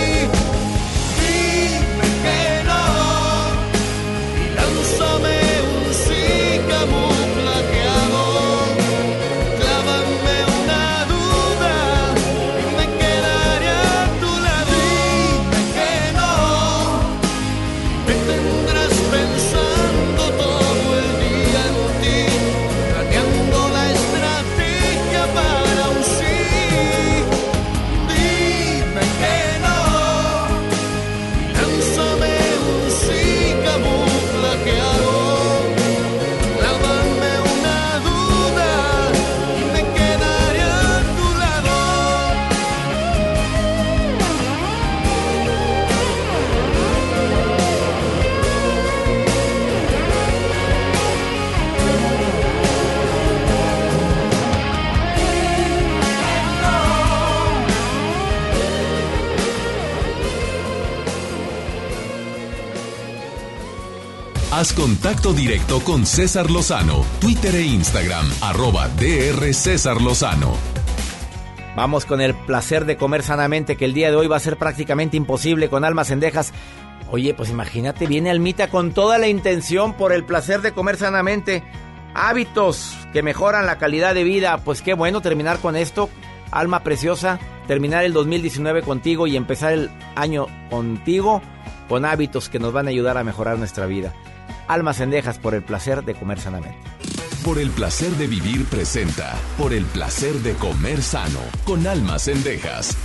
Dime que no y lánzame un sí camuflajeado. Clávame una duda y me quedaré a tu lado. Dime que no, me tendrás pensando todo el día en ti, planeando la estrategia para un sí. Dime que no y lánzame un sí camuflajeado. Clávame una duda y me quedaré a tu lado. Haz contacto directo con César Lozano, Twitter e Instagram, @Dr. César Lozano. Vamos con el placer de comer sanamente, que el día de hoy va a ser prácticamente imposible con Alma Cendejas. Oye, pues imagínate, viene Almita con toda la intención por el placer de comer sanamente. Hábitos que mejoran la calidad de vida. Pues qué bueno terminar con esto, Alma preciosa, terminar el 2019 contigo y empezar el año contigo con hábitos que nos van a ayudar a mejorar nuestra vida. Alma Cendejas, por el placer de comer sanamente. Por el placer de vivir presenta Por el placer de comer sano con Alma Cendejas.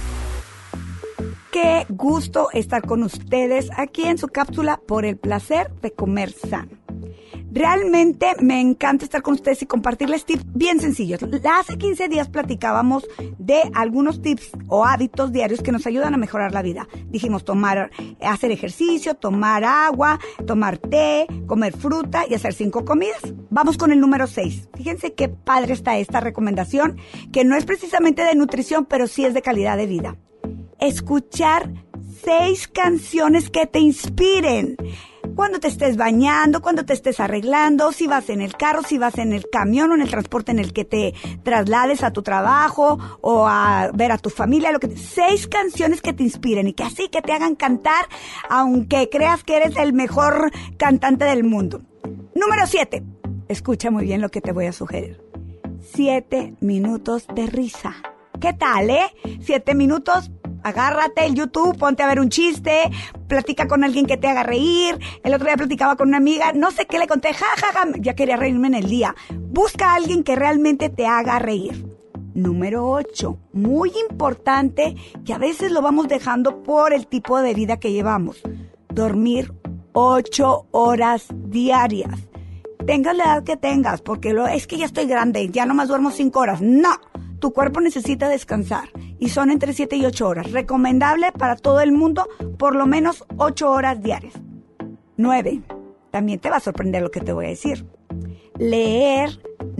Qué gusto estar con ustedes aquí en su cápsula Por el placer de comer sano. Realmente me encanta estar con ustedes y compartirles tips bien sencillos. Hace 15 días platicábamos de algunos tips o hábitos diarios que nos ayudan a mejorar la vida. Dijimos hacer ejercicio, tomar agua, tomar té, comer fruta y hacer 5 comidas. Vamos con el número 6. Fíjense qué padre está esta recomendación, que no es precisamente de nutrición, pero sí es de calidad de vida. Escuchar 6 canciones que te inspiren. Cuando te estés bañando, cuando te estés arreglando, si vas en el carro, si vas en el camión o en el transporte en el que te traslades a tu trabajo o a ver a tu familia, 6 canciones que te inspiren y que así que te hagan cantar, aunque creas que eres el mejor cantante del mundo. Número 7. Escucha muy bien lo que te voy a sugerir. 7 minutos de risa. ¿Qué tal, 7 minutos. Agárrate el YouTube, ponte a ver un chiste, platica con alguien que te haga reír. El otro día platicaba con una amiga, no sé qué le conté, ya quería reírme en el día. Busca a alguien que realmente te haga reír. Número 8, muy importante, que a veces lo vamos dejando por el tipo de vida que llevamos. Dormir 8 horas diarias. Tengas la edad que tengas, porque es que ya estoy grande, ya nomás duermo 5 horas. No. Tu cuerpo necesita descansar y son entre 7 y 8 horas. Recomendable para todo el mundo, por lo menos 8 horas diarias. 9. También te va a sorprender lo que te voy a decir. Leer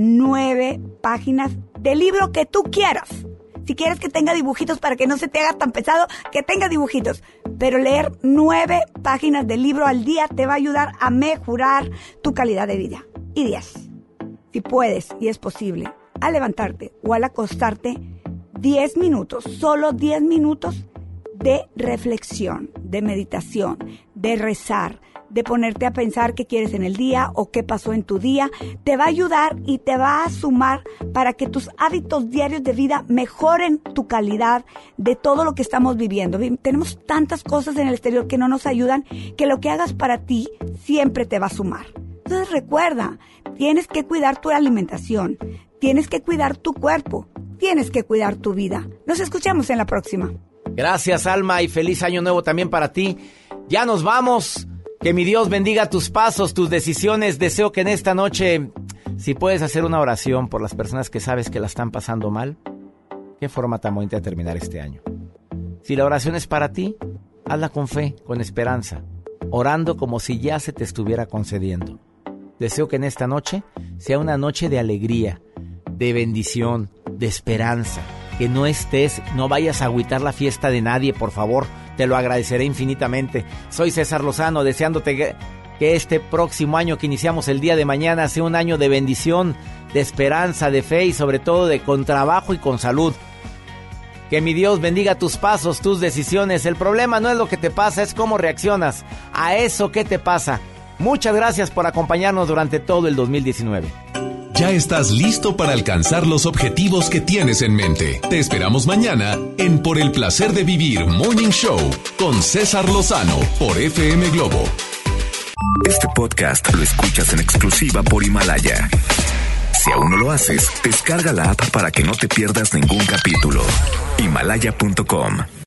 9 páginas del libro que tú quieras. Si quieres que tenga dibujitos para que no se te haga tan pesado, que tenga dibujitos. Pero leer 9 páginas del libro al día te va a ayudar a mejorar tu calidad de vida. Y 10. Si puedes y es posible, al levantarte o al acostarte, 10 minutos, solo 10 minutos de reflexión, de meditación, de rezar, de ponerte a pensar qué quieres en el día o qué pasó en tu día, te va a ayudar y te va a sumar para que tus hábitos diarios de vida mejoren tu calidad de todo lo que estamos viviendo. Tenemos tantas cosas en el exterior que no nos ayudan, que lo que hagas para ti siempre te va a sumar. Entonces recuerda, tienes que cuidar tu alimentación, tienes que cuidar tu cuerpo, tienes que cuidar tu vida. Nos escuchamos en la próxima. Gracias, Alma, y feliz año nuevo también para ti. Ya nos vamos. Que mi Dios bendiga tus pasos, tus decisiones. Deseo que en esta noche, si puedes hacer una oración por las personas que sabes que la están pasando mal, qué forma tan bonita de terminar este año. Si la oración es para ti, hazla con fe, con esperanza, orando como si ya se te estuviera concediendo. Deseo que en esta noche sea una noche de alegría, de bendición, de esperanza. Que no vayas a agüitar la fiesta de nadie, por favor. Te lo agradeceré infinitamente. Soy César Lozano, deseándote que este próximo año que iniciamos el día de mañana sea un año de bendición, de esperanza, de fe y sobre todo con trabajo y con salud. Que mi Dios bendiga tus pasos, tus decisiones. El problema no es lo que te pasa, es cómo reaccionas a eso que te pasa. Muchas gracias por acompañarnos durante todo el 2019. Ya estás listo para alcanzar los objetivos que tienes en mente. Te esperamos mañana en Por el Placer de Vivir Morning Show con César Lozano por FM Globo. Este podcast lo escuchas en exclusiva por Himalaya. Si aún no lo haces, descarga la app para que no te pierdas ningún capítulo. Himalaya.com